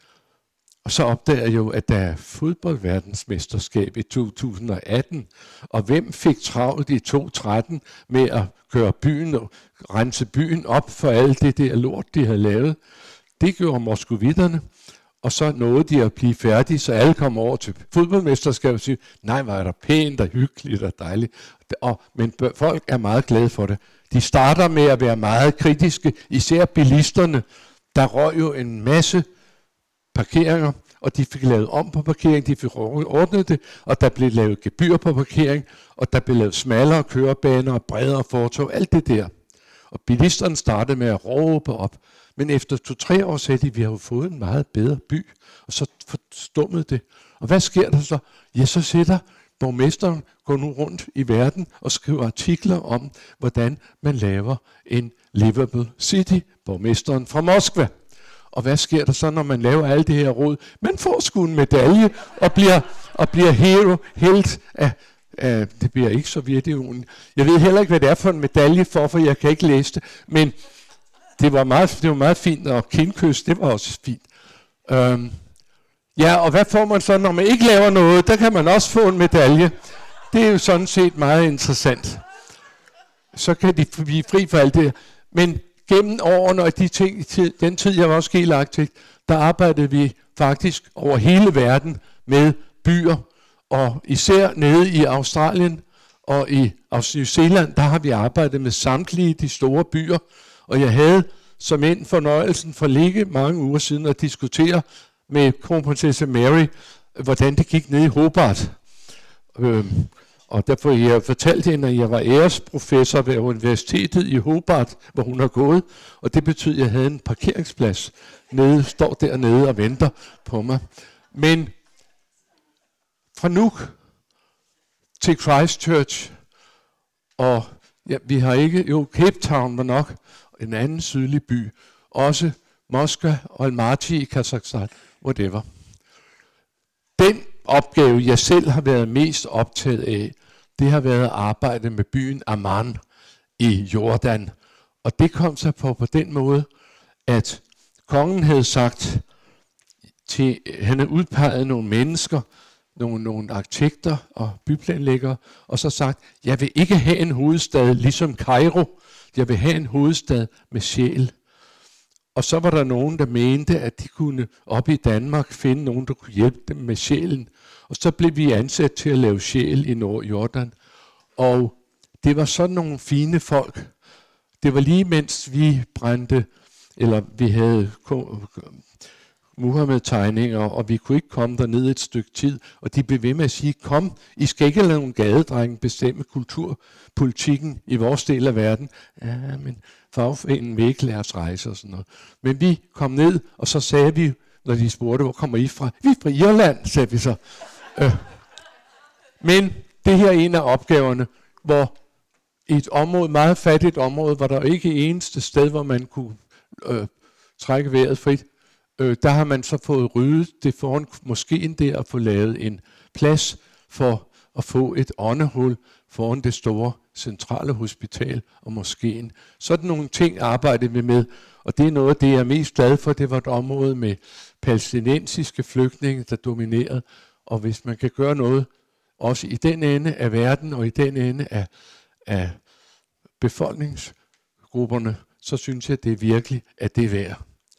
Og så opdager jeg jo, at der er fodboldverdensmesterskab i to tusind og atten, og hvem fik travlt i to tusind og tretten med at køre byen og rense byen op for alt det der lort, de havde lavet? Det gjorde moskovitterne. Og så nåede de at blive færdige, så alle kom over til fodboldmesterskabet og sige, nej, hvor er der pænt og hyggeligt og dejligt. Og, men folk er meget glade for det. De starter med at være meget kritiske, især bilisterne. Der røg jo en masse parkeringer, og de fik lavet om på parkering, de fik ordnet det, og der blev lavet gebyr på parkering, og der blev lavet smallere kørebaner og bredere fortov, alt det der. Og bilisterne startede med at råbe op. Men efter to-tre år sagde de, at vi har jo fået en meget bedre by, og så forstummede det. Og hvad sker der så? Ja, så sætter borgmesteren, går nu rundt i verden og skriver artikler om, hvordan man laver en livable city, borgmesteren fra Moskva. Og hvad sker der så, når man laver alt det her råd? Man får sgu en medalje og bliver, og bliver hero, helt af, af, det bliver ikke Sovjetunionen. Jeg ved heller ikke, hvad det er for en medalje for, for jeg kan ikke læse det, men det var meget, det var meget fint, og kindkys, det var også fint. Øhm, ja, og hvad får man så, når man ikke laver noget? Der kan man også få en medalje. Det er jo sådan set meget interessant. Så kan de blive fri for alt det. Men gennem årene og de ting, den tid, jeg var også arkitekt, der arbejdede vi faktisk over hele verden med byer. Og især nede i Australien og i New Zealand, der har vi arbejdet med samtlige de store byer. Og jeg havde som en fornøjelsen for ligge mange uger siden at diskutere med kronprinsesse Mary, hvordan det gik ned i Hobart. Øhm, og derfor jeg fortalte hende, at jeg var æresprofessor ved universitetet i Hobart, hvor hun har gået. Og det betød, at jeg havde en parkeringsplads nede, står dernede og venter på mig. Men fra Nuuk til Christchurch, og ja, vi har ikke, jo Cape Town var nok en anden sydlig by, også Moskva og Almaty i Kazakhstan, whatever. Den opgave, jeg selv har været mest optaget af, det har været at arbejde med byen Amman i Jordan. Og det kom så på på den måde, at kongen havde sagt, til, han havde udpeget nogle mennesker, nogle, nogle arkitekter og byplanlæggere, og så sagt, jeg vil ikke have en hovedstad ligesom Kairo, jeg vil have en hovedstad med sjæl. Og så var der nogen, der mente, at de kunne op i Danmark finde nogen, der kunne hjælpe dem med sjælen. Og så blev vi ansat til at lave sjæl i Nordjordan. Og det var sådan nogle fine folk. Det var lige mens vi brændte, eller vi havde Muhammed-tegninger, og vi kunne ikke komme derned et stykke tid. Og de blev ved med at sige, kom, I skal ikke lade nogle gadedrenge bestemme kulturpolitikken i vores del af verden. Ja, men fagforeningen vil ikke lade os rejse og sådan noget. Men vi kom ned, og så sagde vi, når de spurgte, hvor kommer I fra? Vi er fra Irland, sagde vi så. Øh. Men det her er en af opgaverne, hvor i et område, meget fattigt område, var der ikke eneste sted, hvor man kunne øh, trække vejret frit. Øh, der har man så fået ryddet det foran moskeen der og få lavet en plads for at få et åndehul foran det store centrale hospital og moskeen. Sådan nogle ting arbejdede vi med, og det er noget af det, jeg er mest glad for. Det var et område med palæstinensiske flygtninge, der dominerede, og hvis man kan gøre noget, også i den ende af verden og i den ende af, af befolkningsgrupperne, så synes jeg, det er virkelig, at det er værd.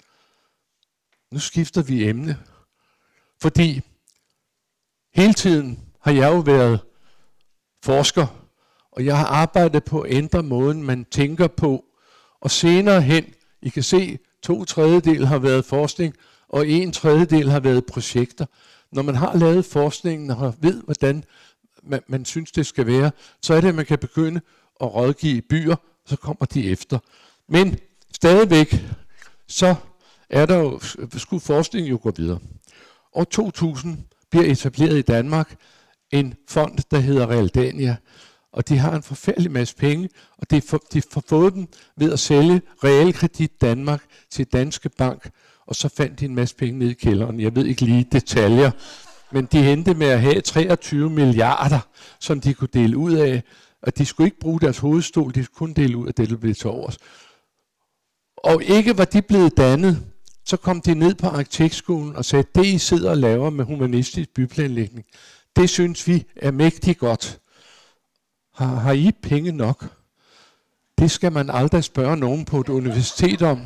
Nu skifter vi emne, fordi hele tiden har jeg jo været forsker, og jeg har arbejdet på at ændre måden, man tænker på, og senere hen, I kan se, to tredjedel har været forskning, og en tredjedel har været projekter. Når man har lavet forskningen og ved, hvordan man, man synes, det skal være, så er det, at man kan begynde at rådgive byer, og så kommer de efter. Men stadigvæk, så er der jo, skulle forskningen jo gå videre. År to tusind bliver etableret i Danmark en fond, der hedder Realdania, og de har en forfærdelig masse penge, og de får, de får fået dem ved at sælge Realkredit Danmark til Danske Bank, og så fandt de en masse penge nede i kælderen. Jeg ved ikke lige detaljer, men de endte med at have treogtyve milliarder, som de kunne dele ud af, og de skulle ikke bruge deres hovedstol, de skulle kun dele ud af det, der blev til overs. Og ikke var de blevet dannet, så kom de ned på arkitektskolen og sagde, det I sidder og laver med humanistisk byplanlægning, det synes vi er mægtig godt. Har, har I penge nok? Det skal man aldrig spørge nogen på et universitet om.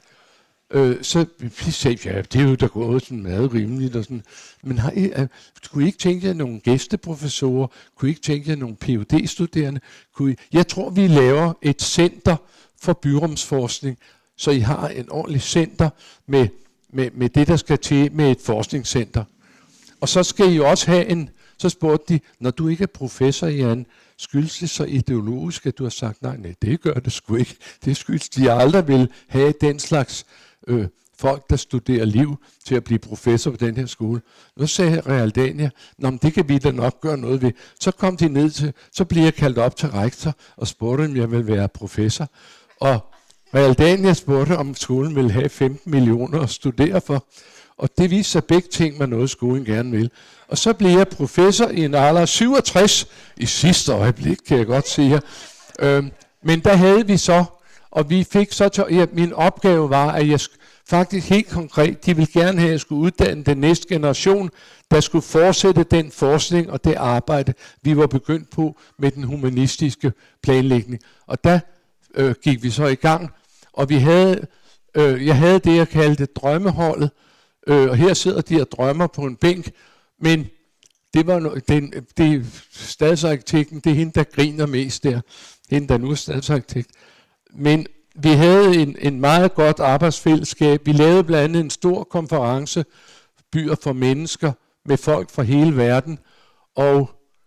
Øh, så vi sagde, ja, det er jo da gået sådan meget rimeligt. Og sådan. Men har I, uh, kunne I ikke tænke jer nogle gæsteprofessorer? Kunne I ikke tænke jer nogle P H D-studerende? Kunne I? Jeg tror, vi laver et center for byrumsforskning, så I har en ordentlig center med, med, med det, der skal til med et forskningscenter. Og så skal I også have en, så spurgte de, når du ikke er professor, Jan, skyldes det så ideologisk, at du har sagt, nej, nej, det gør det sgu ikke. Det skyldes, de aldrig vil have den slags øh, folk, der studerer liv, til at blive professor på den her skole. Nu sagde Realdania, nå, men det kan vi da nok gøre noget ved. Så kom de ned til, så blev jeg kaldt op til rektor, og spurgte, om jeg ville være professor. Og Realdania spurgte, om skolen ville have femten millioner at studere for. Og det viste sig begge ting var noget, skolen gerne vil. Og så blev jeg professor i en alder af syvogtres i sidste øjeblik, kan jeg godt sige. Øhm, men der havde vi så, og vi fik så til, ja, min opgave var, at jeg faktisk helt konkret, de ville gerne have, at jeg skulle uddanne den næste generation, der skulle fortsætte den forskning og det arbejde, vi var begyndt på med den humanistiske planlægning. Og der øh, gik vi så i gang, og vi havde, øh, jeg havde det, jeg kaldte drømmeholdet, øh, og her sidder de og drømmer på en bænk, men det var no, den, det stadsarkitekten, det er hende, der griner mest der, hende, der nu er stadsarkitekt. Men vi havde en, en meget godt arbejdsfællesskab. Vi lavede blandt andet en stor konference, Byer for Mennesker, med folk fra hele verden. Og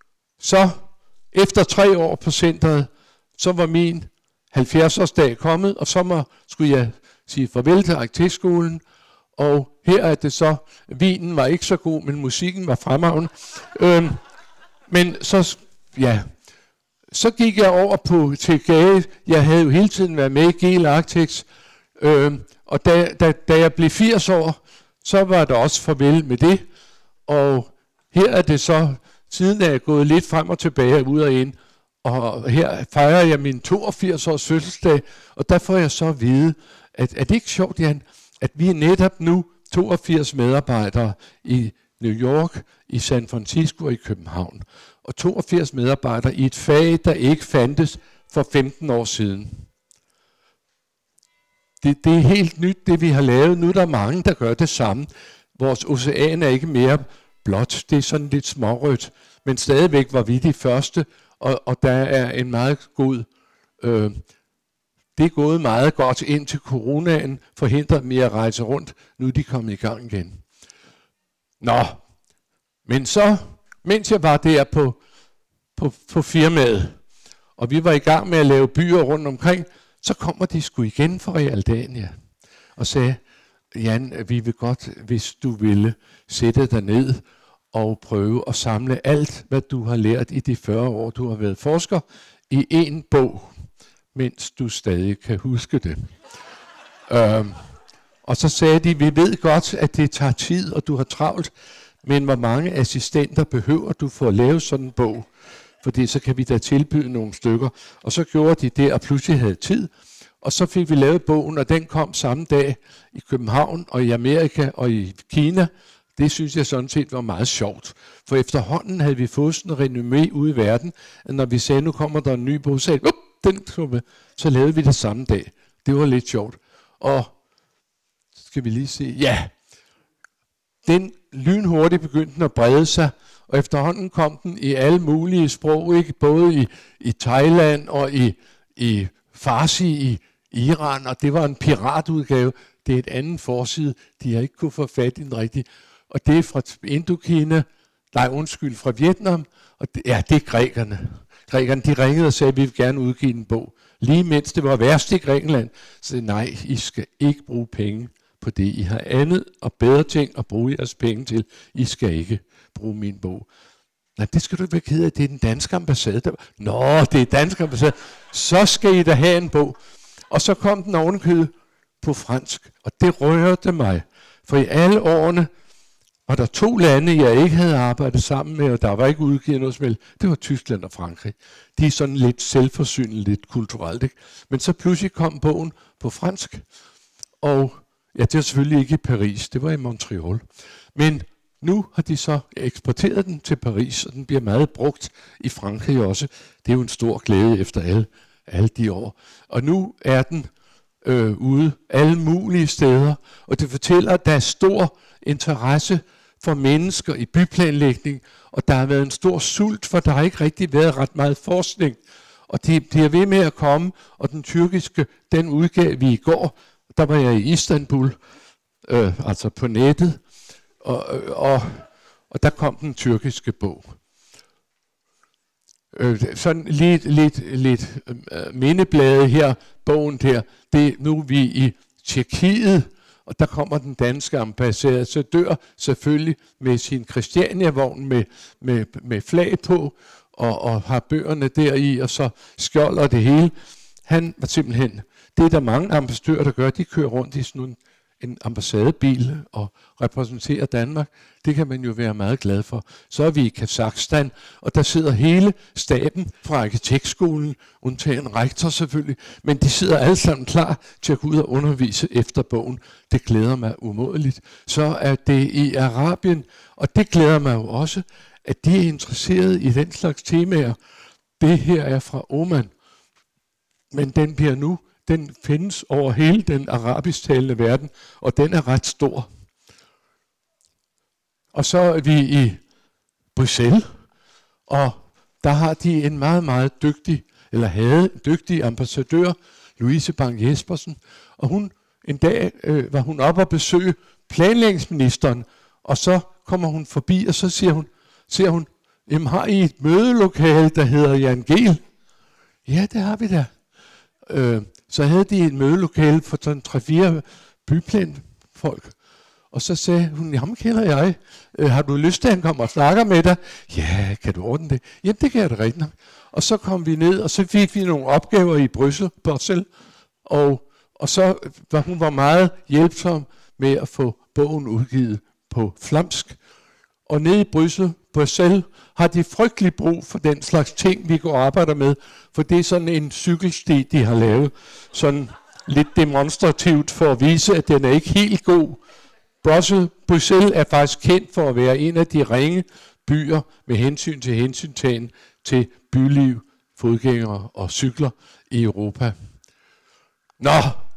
så, efter tre år på centret, så var min halvfjerds-årsdag kommet, og så må, skulle jeg sige farvel til arkitektskolen. Og her er det så, vinen var ikke så god, men musikken var fremragende. Øhm, men så, ja, så gik jeg over på til Gade. Jeg havde jo hele tiden været med i G L Architects, øhm, og da, da, da jeg blev firs år, så var der også farvel med det. Og her er det så, siden er jeg gået lidt frem og tilbage, ud og ind, og her fejrer jeg min toogfirs års fødselsdag, og der får jeg så at vide, at er det ikke sjovt, Jan, at vi er netop nu toogfirs medarbejdere i New York, i San Francisco og i København. Og toogfirs medarbejdere i et fag, der ikke fandtes for femten år siden. Det, det er helt nyt, det vi har lavet. Nu er der mange, der gør det samme. Vores ocean er ikke mere blåt, det er sådan lidt smårødt. Men stadigvæk var vi de første, og, og der er en meget god... Øh, det er gået meget godt indtil coronaen forhindrer dem i at rejse rundt. Nu er de kommet i gang igen. Nå, men så, mens jeg var der på, på, på firmaet, og vi var i gang med at lave byer rundt omkring, så kommer de sgu igen fra Realdania og sagde, Jan, vi vil godt, hvis du ville sætte dig ned og prøve at samle alt, hvad du har lært i de fyrre år, du har været forsker, i en bog, mens du stadig kan huske det. øhm, og så sagde de, vi ved godt, at det tager tid, og du har travlt, men hvor mange assistenter behøver du for at lave sådan en bog? Fordi så kan vi da tilbyde nogle stykker. Og så gjorde de det, og pludselig havde tid. Og så fik vi lavet bogen, og den kom samme dag i København, og i Amerika, og i Kina. Det synes jeg sådan set var meget sjovt. For efterhånden havde vi fået sådan en renommé ude i verden, at når vi sagde, nu kommer der en ny bog, så, den, så lavede vi det samme dag. Det var lidt sjovt. Og skal vi lige se, ja, den lynhurtigt begyndte at brede sig, og efterhånden kom den i alle mulige sprog, ikke? Både i, i Thailand og i, i Farsi i Iran, og det var en piratudgave. Det er et andet forside, de har ikke kunne få fat i den rigtige. Og det er fra Indokina, nej undskyld, fra Vietnam, og det, ja, det er grækerne. Grækerne, de ringede og sagde, at vi vil gerne udgive en bog. Lige mens det var værst i Grækenland, så sagde nej, I skal ikke bruge penge på det. I har andet og bedre ting at bruge jeres penge til. I skal ikke bruge min bog. Nej, det skal du ikke være ked af. Det er den danske ambassade. Der... Nå, det er danske ambassade. Så skal I da have en bog. Og så kom den ovenkøbet på fransk. Og det rørte mig. For i alle årene var der to lande, jeg ikke havde arbejdet sammen med, og der var ikke udgivet noget som helst. Det var Tyskland og Frankrig. De er sådan lidt selvforsynende, lidt kulturelt. Ikke? Men så pludselig kom bogen på fransk. Og ja, det var selvfølgelig ikke i Paris. Det var i Montreal. Men nu har de så eksporteret den til Paris, og den bliver meget brugt i Frankrig også. Det er jo en stor glæde efter alle, alle de år. Og nu er den øh, ude alle mulige steder, og det fortæller, at der er stor interesse for mennesker i byplanlægning, og der har været en stor sult, for der har ikke rigtig været ret meget forskning. Og de bliver ved med at komme, og den tyrkiske, den udgav vi i går, der var jeg i Istanbul, øh, altså på nettet, og, og, og der kom den tyrkiske bog. Øh, sådan lidt, lidt, lidt øh, mindeblade her, bogen der, det nu er vi i Tjekkiet, og der kommer den danske ambassadør selvfølgelig med sin Christiania-vogn med, med, med flag på, og, og har bøgerne deri, og så skjolder det hele. Han var simpelthen, det er der mange ambassadører, der gør, de kører rundt i sådan en, en ambassadebil og repræsenterer Danmark. Det kan man jo være meget glad for. Så er vi i Kazakhstan, og der sidder hele staben fra arkitektskolen, undtagen rektor selvfølgelig, men de sidder alle sammen klar til at gå ud og undervise efter bogen. Det glæder mig umådeligt. Så er det i Arabien, og det glæder mig jo også, at de er interesseret i den slags temaer. Det her er fra Oman, men den bliver nu, den findes over hele den arabisktalende verden, og den er ret stor. Og så er vi i Bruxelles, og der har de en meget, meget dygtig, eller havde en dygtig ambassadør, Louise Bang Jespersen, og hun, en dag øh, var hun oppe og besøge planlægningsministeren, og så kommer hun forbi, og så siger hun, siger hun, jamen har I et mødelokale, der hedder Jan Gehl? Ja, det har vi da. Øh, så havde de et mødelokale for sådan tre-fire byplanfolk. Og så sagde hun, jamen kender jeg. Øh, har du lyst til, at han kommer og snakker med dig? Ja, kan du ordne det? Jamen det kan jeg da rigtig nok. Og så kom vi ned, og så fik vi nogle opgaver i Bryssel, Bruxelles. Og, og så var hun var meget hjælpsom med at få bogen udgivet på flamsk. Og nede i Bryssel, Bruxelles, har de frygtelig brug for den slags ting, vi går og arbejder med. For det er sådan en cykelsti, de har lavet. Sådan lidt demonstrativt for at vise, at den er ikke helt god. Bruxelles, Bruxelles er faktisk kendt for at være en af de ringe byer med hensyn til hensyntagen til byliv, fodgængere og cykler i Europa. Nå,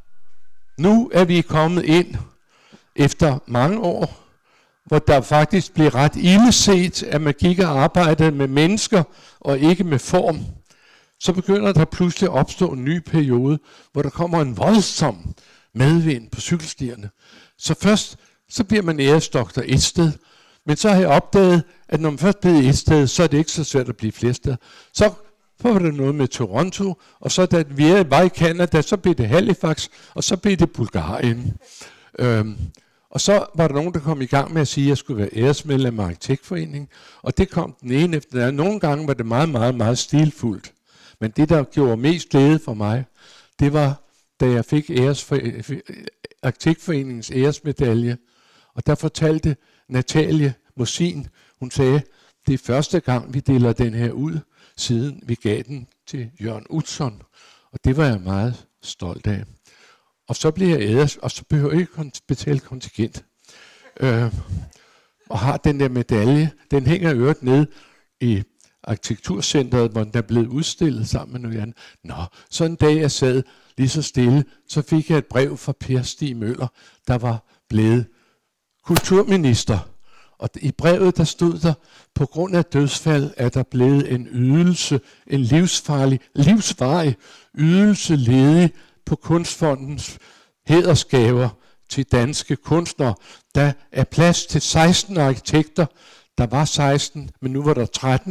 nu er vi kommet ind efter mange år, hvor der faktisk blev ret illeset, at man gik og arbejdede med mennesker og ikke med form. Så begynder der pludselig at opstå en ny periode, hvor der kommer en voldsom medvind på cykelstierne. Så først så bliver man æresdoktor et sted, men så har jeg opdaget, at når man først bliver et sted, så er det ikke så svært at blive flere steder. Så var det noget med Toronto, og så da vi var i Canada, så blev det Halifax, og så blev det Bulgarien. Øhm, Og så var der nogen, der kom i gang med at sige, at jeg skulle være æresmedlem af Arkitektforeningen, og det kom den ene efter den anden. Nogle gange var det meget, meget, meget stilfuldt. Men det, der gjorde mest glæde for mig, det var, da jeg fik Arkitektforeningens æresmedalje, og der fortalte Natalie Mosin, hun sagde, det er første gang, vi deler den her ud, siden vi gav den til Jørgen Utzon, og det var jeg meget stolt af. Og så bliver jeg æres, og så behøver jeg ikke betale kontingent. Øh, og har den der medalje, den hænger i øvrigt ned i Arkitekturcentret, hvor den er blevet udstillet sammen med noget andet. Nå, så en dag jeg sad lige så stille, så fik jeg et brev fra Per Stig Møller, der var blevet kulturminister. Og i brevet der stod der, på grund af dødsfald er der blevet en ydelse, en livsfarlig, livsvarig ydelse ledig på Kunstfondens hædersgaver til danske kunstnere. Der er plads til seksten arkitekter. Der var seksten, men nu var der tretten.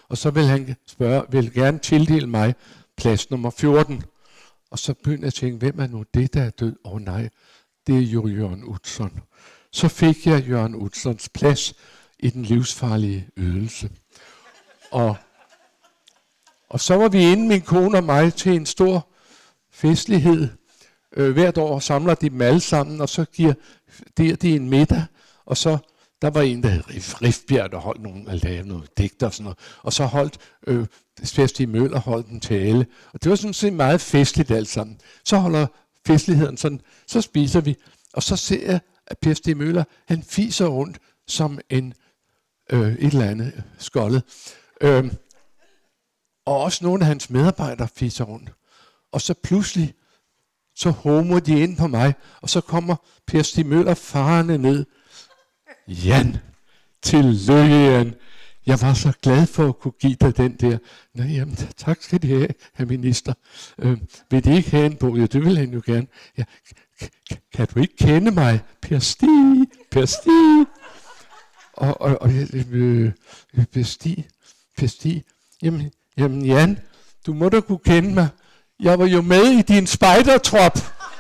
og så vil han spørge, vil gerne tildele mig plads nummer fjorten. Og så begyndte jeg at tænke, hvem er nu det, der er død? Åh oh, nej, det er jo Jørgen Utzon. Så fik jeg Jørgen Utzons plads i den livsfarlige ydelse. Og, og så var vi inde, min kone og mig, til en stor festlighed. Øh, hvert år samler de dem alle sammen, og så giver der de en middag, og så der var en, der hed Rif, Rifbjerg, der holdt nogle, at lave noget digter og sådan noget, og så holdt øh, Per Stig Møller holdt en tale, og det var sådan set meget festligt alt sammen. Så holder festligheden sådan, så spiser vi, og så ser jeg, at Per Stig Møller, han fiser rundt som en øh, et eller andet skoldet. Øh, og også nogle af hans medarbejdere fiser rundt. Og så pludselig, så homer de ind på mig, og så kommer Per Stig Møller farende ned. Jan, tillykke Jan. Jeg var så glad for at kunne give dig den der. Nå jamen, tak skal de have, herr minister. Øh, vil de ikke have en bog? Ja, det vil han jo gerne. Ja, k- kan du ikke kende mig? Per Stig, Per Stig. Og, og, og øh, Per Stig, Per Stig. Jamen, jamen Jan, du må da kunne kende mig. Jeg var jo med i din spejdertrop.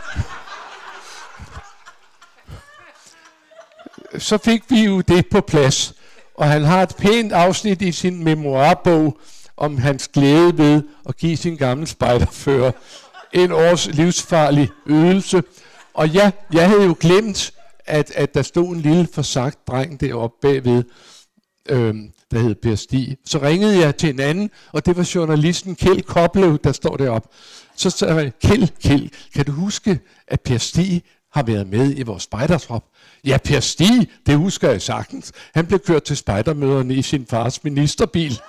Så fik vi jo det på plads. Og han har et pænt afsnit i sin memoirbog om hans glæde ved at give sin gamle spejderfører en års livsfarlig ydelse. Og ja, jeg havde jo glemt, at, at der stod en lille forsagt dreng deroppe bagved, øh, der hed Per Stig. Så ringede jeg til en anden, og det var journalisten Kjeld Koplev, der står deroppe. Så sagde jeg, Kjeld, Kjeld, kan du huske, at Per Stig har været med i vores spejdertrop? Ja, Per Stig, det husker jeg sagtens. Han blev kørt til spejdermøderne i sin fars ministerbil.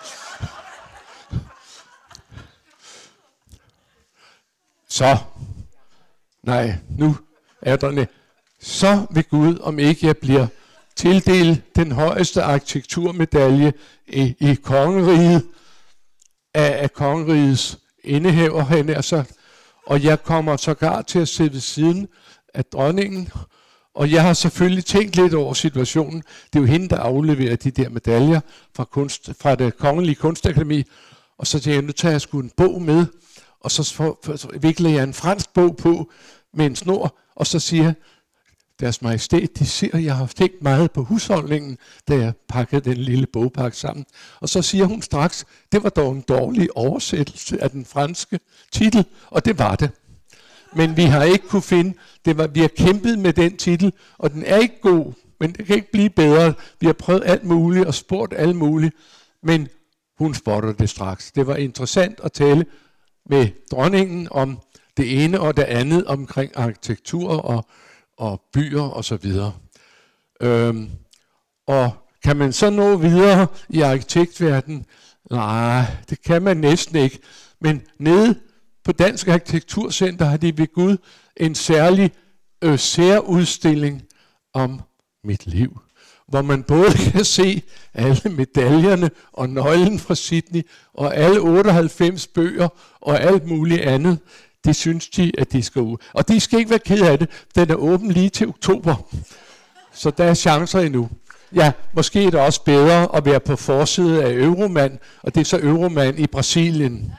Så, nej, nu er der næ. Så ved Gud, om ikke jeg bliver tildelt den højeste arkitekturmedalje i, i kongeriget, af, af kongerigets indehaver, han er så. Og jeg kommer sågar til at sidde ved siden af dronningen, og jeg har selvfølgelig tænkt lidt over situationen. Det er jo hende, der afleverer de der medaljer fra, kunst, fra det kongelige kunstakademi. Og så tænker jeg, nu tager jeg sgu en bog med, og så, for, for, så vikler jeg en fransk bog på med en snor, og så siger jeg, Deres Majestæt, de ser, at jeg har tænkt meget på husholdningen, da jeg pakkede den lille bogpakke sammen. Og så siger hun straks, det var dog en dårlig oversættelse af den franske titel, og det var det. Men vi har ikke kunne finde, det var, vi har kæmpet med den titel, og den er ikke god, men det kan ikke blive bedre. Vi har prøvet alt muligt og spurgt alt muligt, men hun spotter det straks. Det var interessant at tale med dronningen om det ene og det andet omkring arkitektur og, og byer og så videre. Øhm, og kan man så nå videre i arkitektverdenen? Nej, det kan man næsten ikke. Men nede på Dansk Arkitekturcenter har de ved Gud en særlig øh, særudstilling om mit liv, hvor man både kan se alle medaljerne og nøglen fra Sydney og alle otteoghalvfems bøger og alt muligt andet. Det synes de, at de skal ud. Og de skal ikke være ked af det. Den er åben lige til oktober. Så der er chancer endnu. Ja, måske er det også bedre at være på forsiden af Euroman, og det er så Euroman i Brasilien.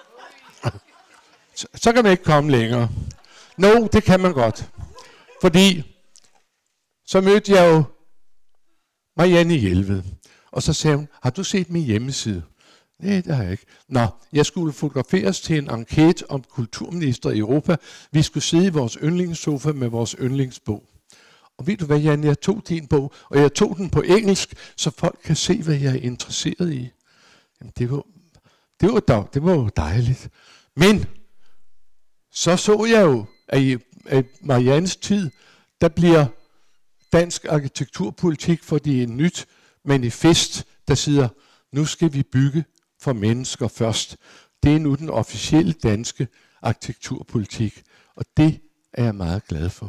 Så, så kan man ikke komme længere. No, det kan man godt. Fordi så mødte jeg jo Marianne Jelved, og så sagde hun, har du set min hjemmeside? Nej, det har jeg ikke. Nå, jeg skulle fotograferes til en enquete om kulturminister i Europa. Vi skulle sidde i vores yndlingssofa med vores yndlingsbog. Og ved du hvad, Jan, jeg tog din bog, og jeg tog den på engelsk, så folk kan se, hvad jeg er interesseret i. Jamen, det var, det var, dog, det var jo dejligt. Men så så jeg jo, at i, at Mariannes tid, der bliver dansk arkitekturpolitik, fordi en nyt manifest, der siger, nu skal vi bygge for mennesker først. Det er nu den officielle danske arkitekturpolitik, og det er jeg meget glad for.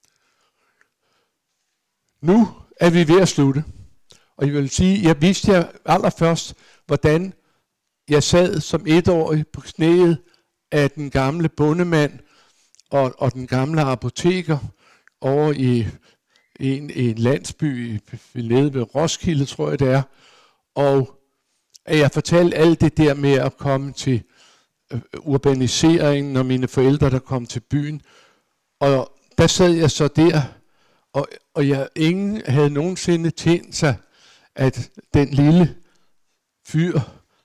Nu er vi ved at slutte, og jeg vil sige, jeg viste jer allerførst, hvordan jeg sad som etårig på knæet af den gamle bondemand og, og den gamle apoteker over i, i, en, i en landsby nede ved Roskilde, tror jeg det er, og at jeg fortalte alt det der med at komme til urbaniseringen og mine forældre, der kom til byen. Og der sad jeg så der, og, og jeg, ingen havde nogensinde tænkt sig, at den lille fyr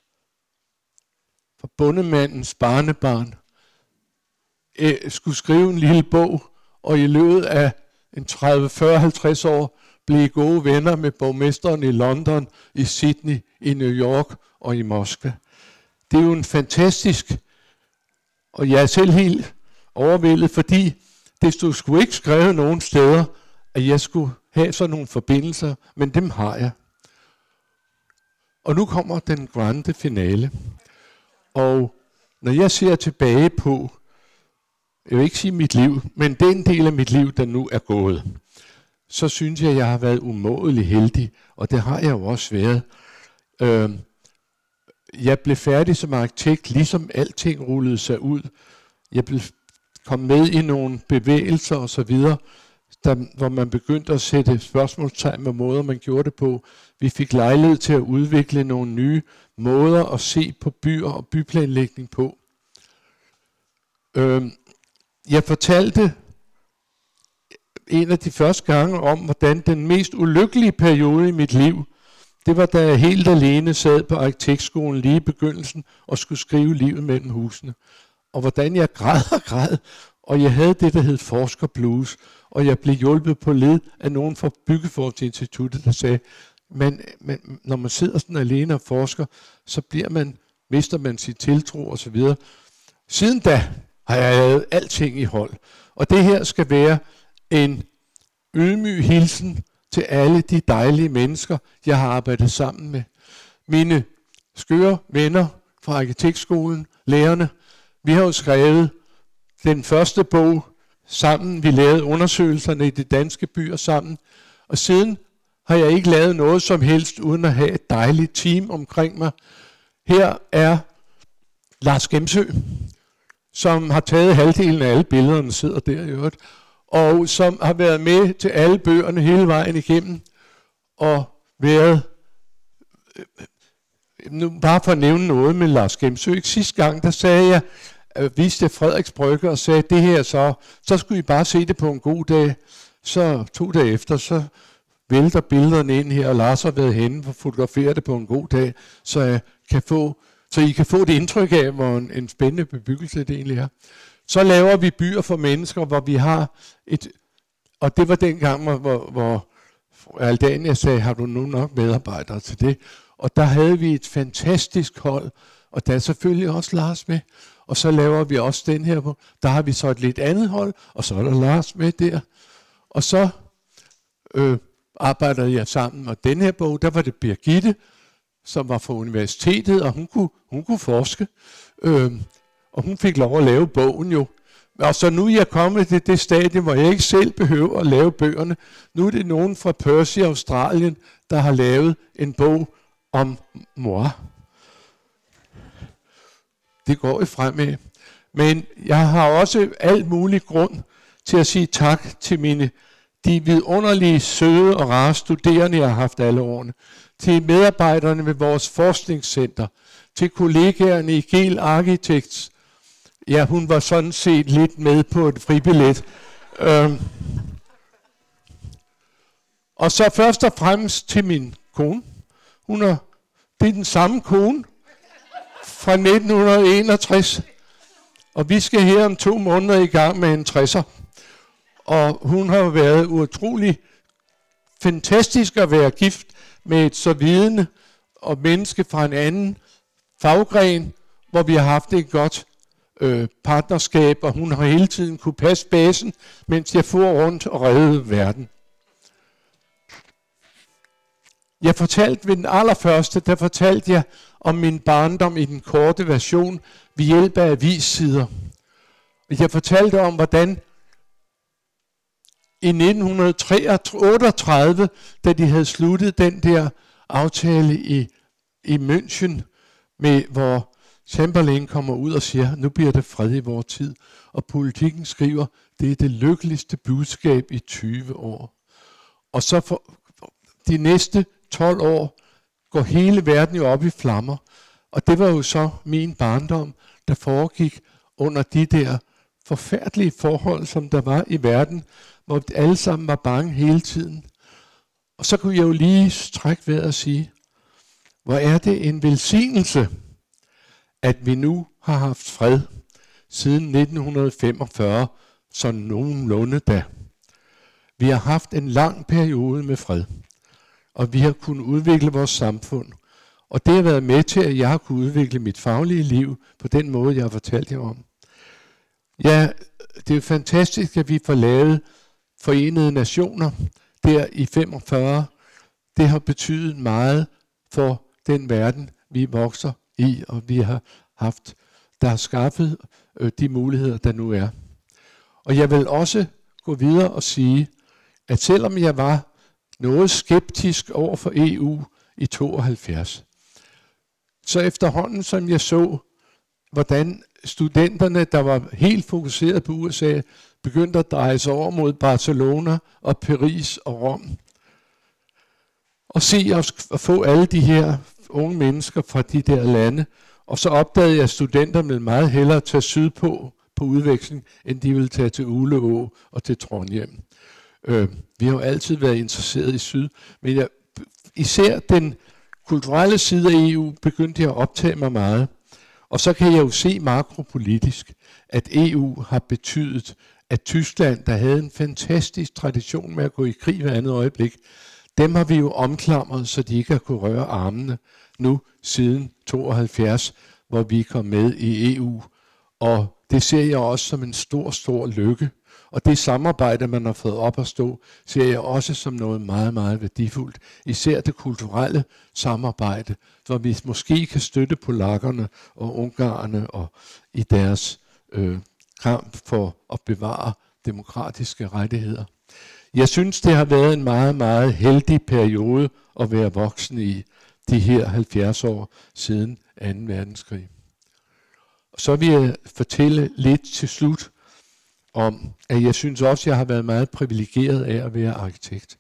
fra bondemandens barnebarn øh, skulle skrive en lille bog, og i løbet af en tredive, fyrre, halvtreds år blive gode venner med borgmesteren i London, i Sydney, i New York og i Moskva. Det er jo en fantastisk, og jeg er selv helt overvældet, fordi det stod sgu ikke skrevet nogen steder, at jeg skulle have sådan nogle forbindelser, men dem har jeg. Og nu kommer den grande finale. Og når jeg ser tilbage på, jeg vil ikke sige mit liv, men den del af mit liv, der nu er gået, så synes jeg, at jeg har været umådelig heldig, og det har jeg jo også været. Øh, jeg blev færdig som arkitekt, ligesom alting rullede sig ud. Jeg blev kom med i nogle bevægelser og så videre, der, hvor man begyndte at sætte spørgsmålstegn med måder, man gjorde det på. Vi fik lejlighed til at udvikle nogle nye måder at se på byer og byplanlægning på. Øh, jeg fortalte en af de første gange om, hvordan den mest ulykkelige periode i mit liv, det var, da jeg helt alene sad på arkitektskolen lige i begyndelsen og skulle skrive livet mellem husene. Og hvordan jeg græd og græd, og jeg havde det, der hed forskerblues, og jeg blev hjulpet på led af nogen fra Byggeforskningsinstituttet, der sagde, men, men når man sidder sådan alene og forsker, så bliver man, mister man sit tiltro og så videre. Siden da har jeg lavet alting i hold, og det her skal være en ydmyg hilsen til alle de dejlige mennesker, jeg har arbejdet sammen med. Mine skøre venner fra arkitektskolen, lærerne. Vi har jo skrevet den første bog sammen. Vi lavede undersøgelserne i de danske byer sammen. Og siden har jeg ikke lavet noget som helst, uden at have et dejligt team omkring mig. Her er Lars Gemsø, som har taget halvdelen af alle billederne, sidder der i øvrigt, og som har været med til alle bøgerne hele vejen igennem, og været, nu bare for at nævne noget med Lars Gemsø, sidste gang, der sagde jeg, at viste jeg Frederiks Brygge og sagde, det her så, så skulle I bare se det på en god dag. Så to dage efter, så vælter billederne ind her, og Lars har været henne for at fotografere det på en god dag, så jeg kan få, så I kan få det indtryk af, hvor en, en spændende bebyggelse det egentlig er. Så laver vi byer for mennesker, hvor vi har et, og det var dengang, hvor, hvor Aldania sagde, har du nu nok medarbejdere til det? Og der havde vi et fantastisk hold, og der er selvfølgelig også Lars med. Og så laver vi også den her på. Der har vi så et lidt andet hold, og så er der Lars med der. Og så øh, arbejder jeg sammen, og den her bog, der var det Birgitte, som var fra universitetet, og hun kunne, hun kunne forske. Øh, og hun fik lov at lave bogen jo. Og så nu er jeg kommet til det stadie, hvor jeg ikke selv behøver at lave bøgerne. Nu er det nogen fra Percy, Australien, der har lavet en bog om mor. Det går i fremad. Men jeg har også alt mulig grund til at sige tak til mine, de vidunderlige, søde og rare studerende, jeg har haft alle årene. Til medarbejderne ved vores forskningscenter. Til kollegaerne i Gel Architects. Ja, hun var sådan set lidt med på et fribillet. Øhm. Og så først og fremmest til min kone. Hun er, det er den samme kone fra nitten enogtres. Og vi skal her om to måneder i gang med en tresser. Og hun har været utrolig fantastisk at være gift med et så vidende og menneske fra en anden faggren, hvor vi har haft et godt øh, partnerskab, og hun har hele tiden kunne passe basen, mens jeg for rundt og reddede verden. Jeg fortalte ved den allerførste, der fortalte jeg om min barndom i den korte version ved hjælp af avissider. Jeg fortalte om, hvordan i nitten otteogtredive, da de havde sluttet den der aftale i, i München, med, hvor Chamberlain kommer ud og siger, nu bliver det fred i vores tid. Og Politikken skriver, det er det lykkeligste budskab i tyve år. Og så for de næste tolv år, går hele verden jo op i flammer. Og det var jo så min barndom, der foregik under de der forfærdelige forhold, som der var i verden, hvor alle sammen var bange hele tiden. Og så kunne jeg jo lige strække vejret og sige, hvor er det en velsignelse, at vi nu har haft fred siden nitten femogfyrre, så nogenlunde da. Vi har haft en lang periode med fred, og vi har kunnet udvikle vores samfund. Og det har været med til, at jeg har kunnet udvikle mit faglige liv på den måde, jeg har fortalt jer om. Ja, det er jo fantastisk, at vi får lavet Forenede Nationer der i femogfyrre. Det har betydet meget for den verden, vi vokser i, og vi har haft, der har skaffet øh, de muligheder, der nu er. Og jeg vil også gå videre og sige, at selvom jeg var noget skeptisk over for E U i tooghalvfjerds, så efterhånden som jeg så, hvordan studenterne, der var helt fokuseret på U S A, begyndte at dreje sig over mod Barcelona og Paris og Rom, og se og få alle de her unge mennesker fra de der lande, og så opdagede jeg, at studenterne ville meget hellere tage sydpå på udveksling, end de ville tage til Uleå og til Trondheim. Øh, vi har jo altid været interesseret i syd, men jeg, især den kulturelle side af E U begyndte jeg at optage mig meget. Og så kan jeg jo se makropolitisk, at E U har betydet, at Tyskland, der havde en fantastisk tradition med at gå i krig hver andet øjeblik, dem har vi jo omklamret, så de ikke har kunnet røre armene nu siden tooghalvfjerds, hvor vi kom med i E U. Og det ser jeg også som en stor, stor lykke. Og det samarbejde, man har fået op at stå, ser jeg også som noget meget, meget værdifuldt. Især det kulturelle samarbejde, hvor vi måske kan støtte polakkerne og ungarerne og i deres øh, kamp for at bevare demokratiske rettigheder. Jeg synes, det har været en meget, meget heldig periode at være voksen i de her halvfjerds år siden anden verdenskrig. Og så vil jeg fortælle lidt til slut om, at jeg synes også, at jeg har været meget privilegeret af at være arkitekt.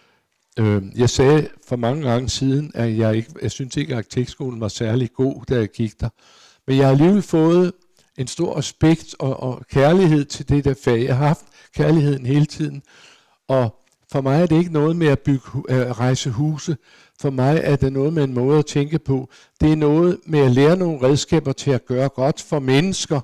Jeg sagde for mange gange siden, at jeg, ikke, jeg synes ikke, at arkitektskolen var særlig god, da jeg gik der. Men jeg har alligevel fået en stor respekt og, og kærlighed til det der fag. Jeg har haft kærligheden hele tiden. Og for mig er det ikke noget med at bygge, at rejse huse. For mig er det noget med en måde at tænke på. Det er noget med at lære nogle redskaber til at gøre godt for mennesker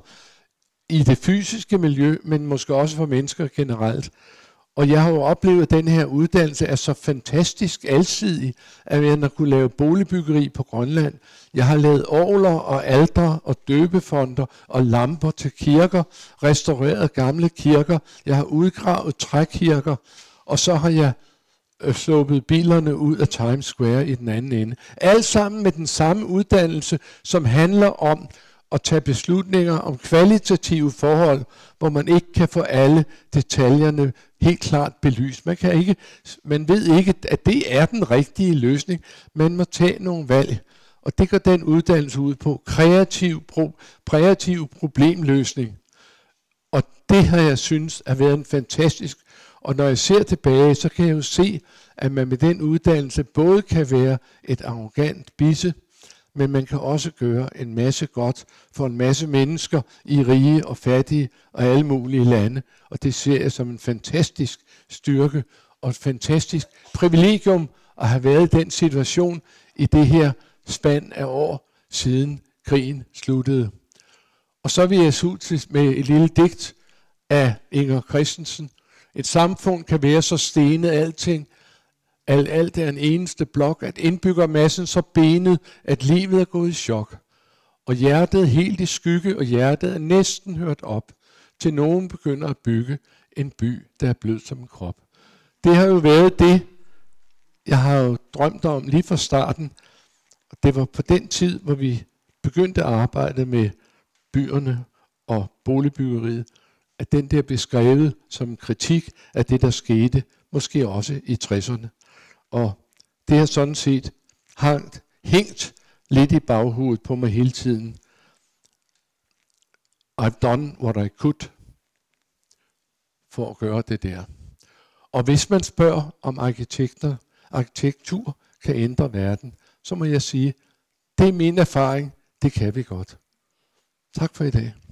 i det fysiske miljø, men måske også for mennesker generelt. Og jeg har jo oplevet, at den her uddannelse er så fantastisk alsidig, at jeg har kunne lave boligbyggeri på Grønland. Jeg har lavet orgler og alter og døbefonder og lamper til kirker, restaureret gamle kirker. Jeg har udgravet trækirker, og så har jeg sluppet bilerne ud af Times Square i den anden ende. Alt sammen med den samme uddannelse, som handler om at tage beslutninger om kvalitative forhold, hvor man ikke kan få alle detaljerne helt klart belyst. Man, kan ikke, man ved ikke, at det er den rigtige løsning. Man må tage nogle valg, og det går den uddannelse ud på. Kreativ, pro, kreativ problemløsning. Og det har jeg synes har været en fantastisk. Og når jeg ser tilbage, så kan jeg jo se, at man med den uddannelse både kan være et arrogant bisse, men man kan også gøre en masse godt for en masse mennesker i rige og fattige og alle mulige lande. Og det ser jeg som en fantastisk styrke og et fantastisk privilegium at have været i den situation i det her spand af år siden krigen sluttede. Og så vil jeg slutte med et lille digt af Inger Christensen. Et samfund kan være så stenet alting, Alt, alt er en eneste blok, at indbyggermassen så benet, at livet er gået i chok. Og hjertet helt i skygge, og hjertet er næsten hørt op, til nogen begynder at bygge en by, der er blød som en krop. Det har jo været det, jeg har jo drømt om lige fra starten. Det var på den tid, hvor vi begyndte at arbejde med byerne og boligbyggeriet, at den der blev skrevet som en kritik af det, der skete, måske også i tresserne. Og det har sådan set hængt, hængt lidt i baghovedet på mig hele tiden. I've done what I could for at gøre det der. Og hvis man spørger om arkitekter, arkitektur kan ændre verden, så må jeg sige, det er min erfaring, det kan vi godt. Tak for i dag.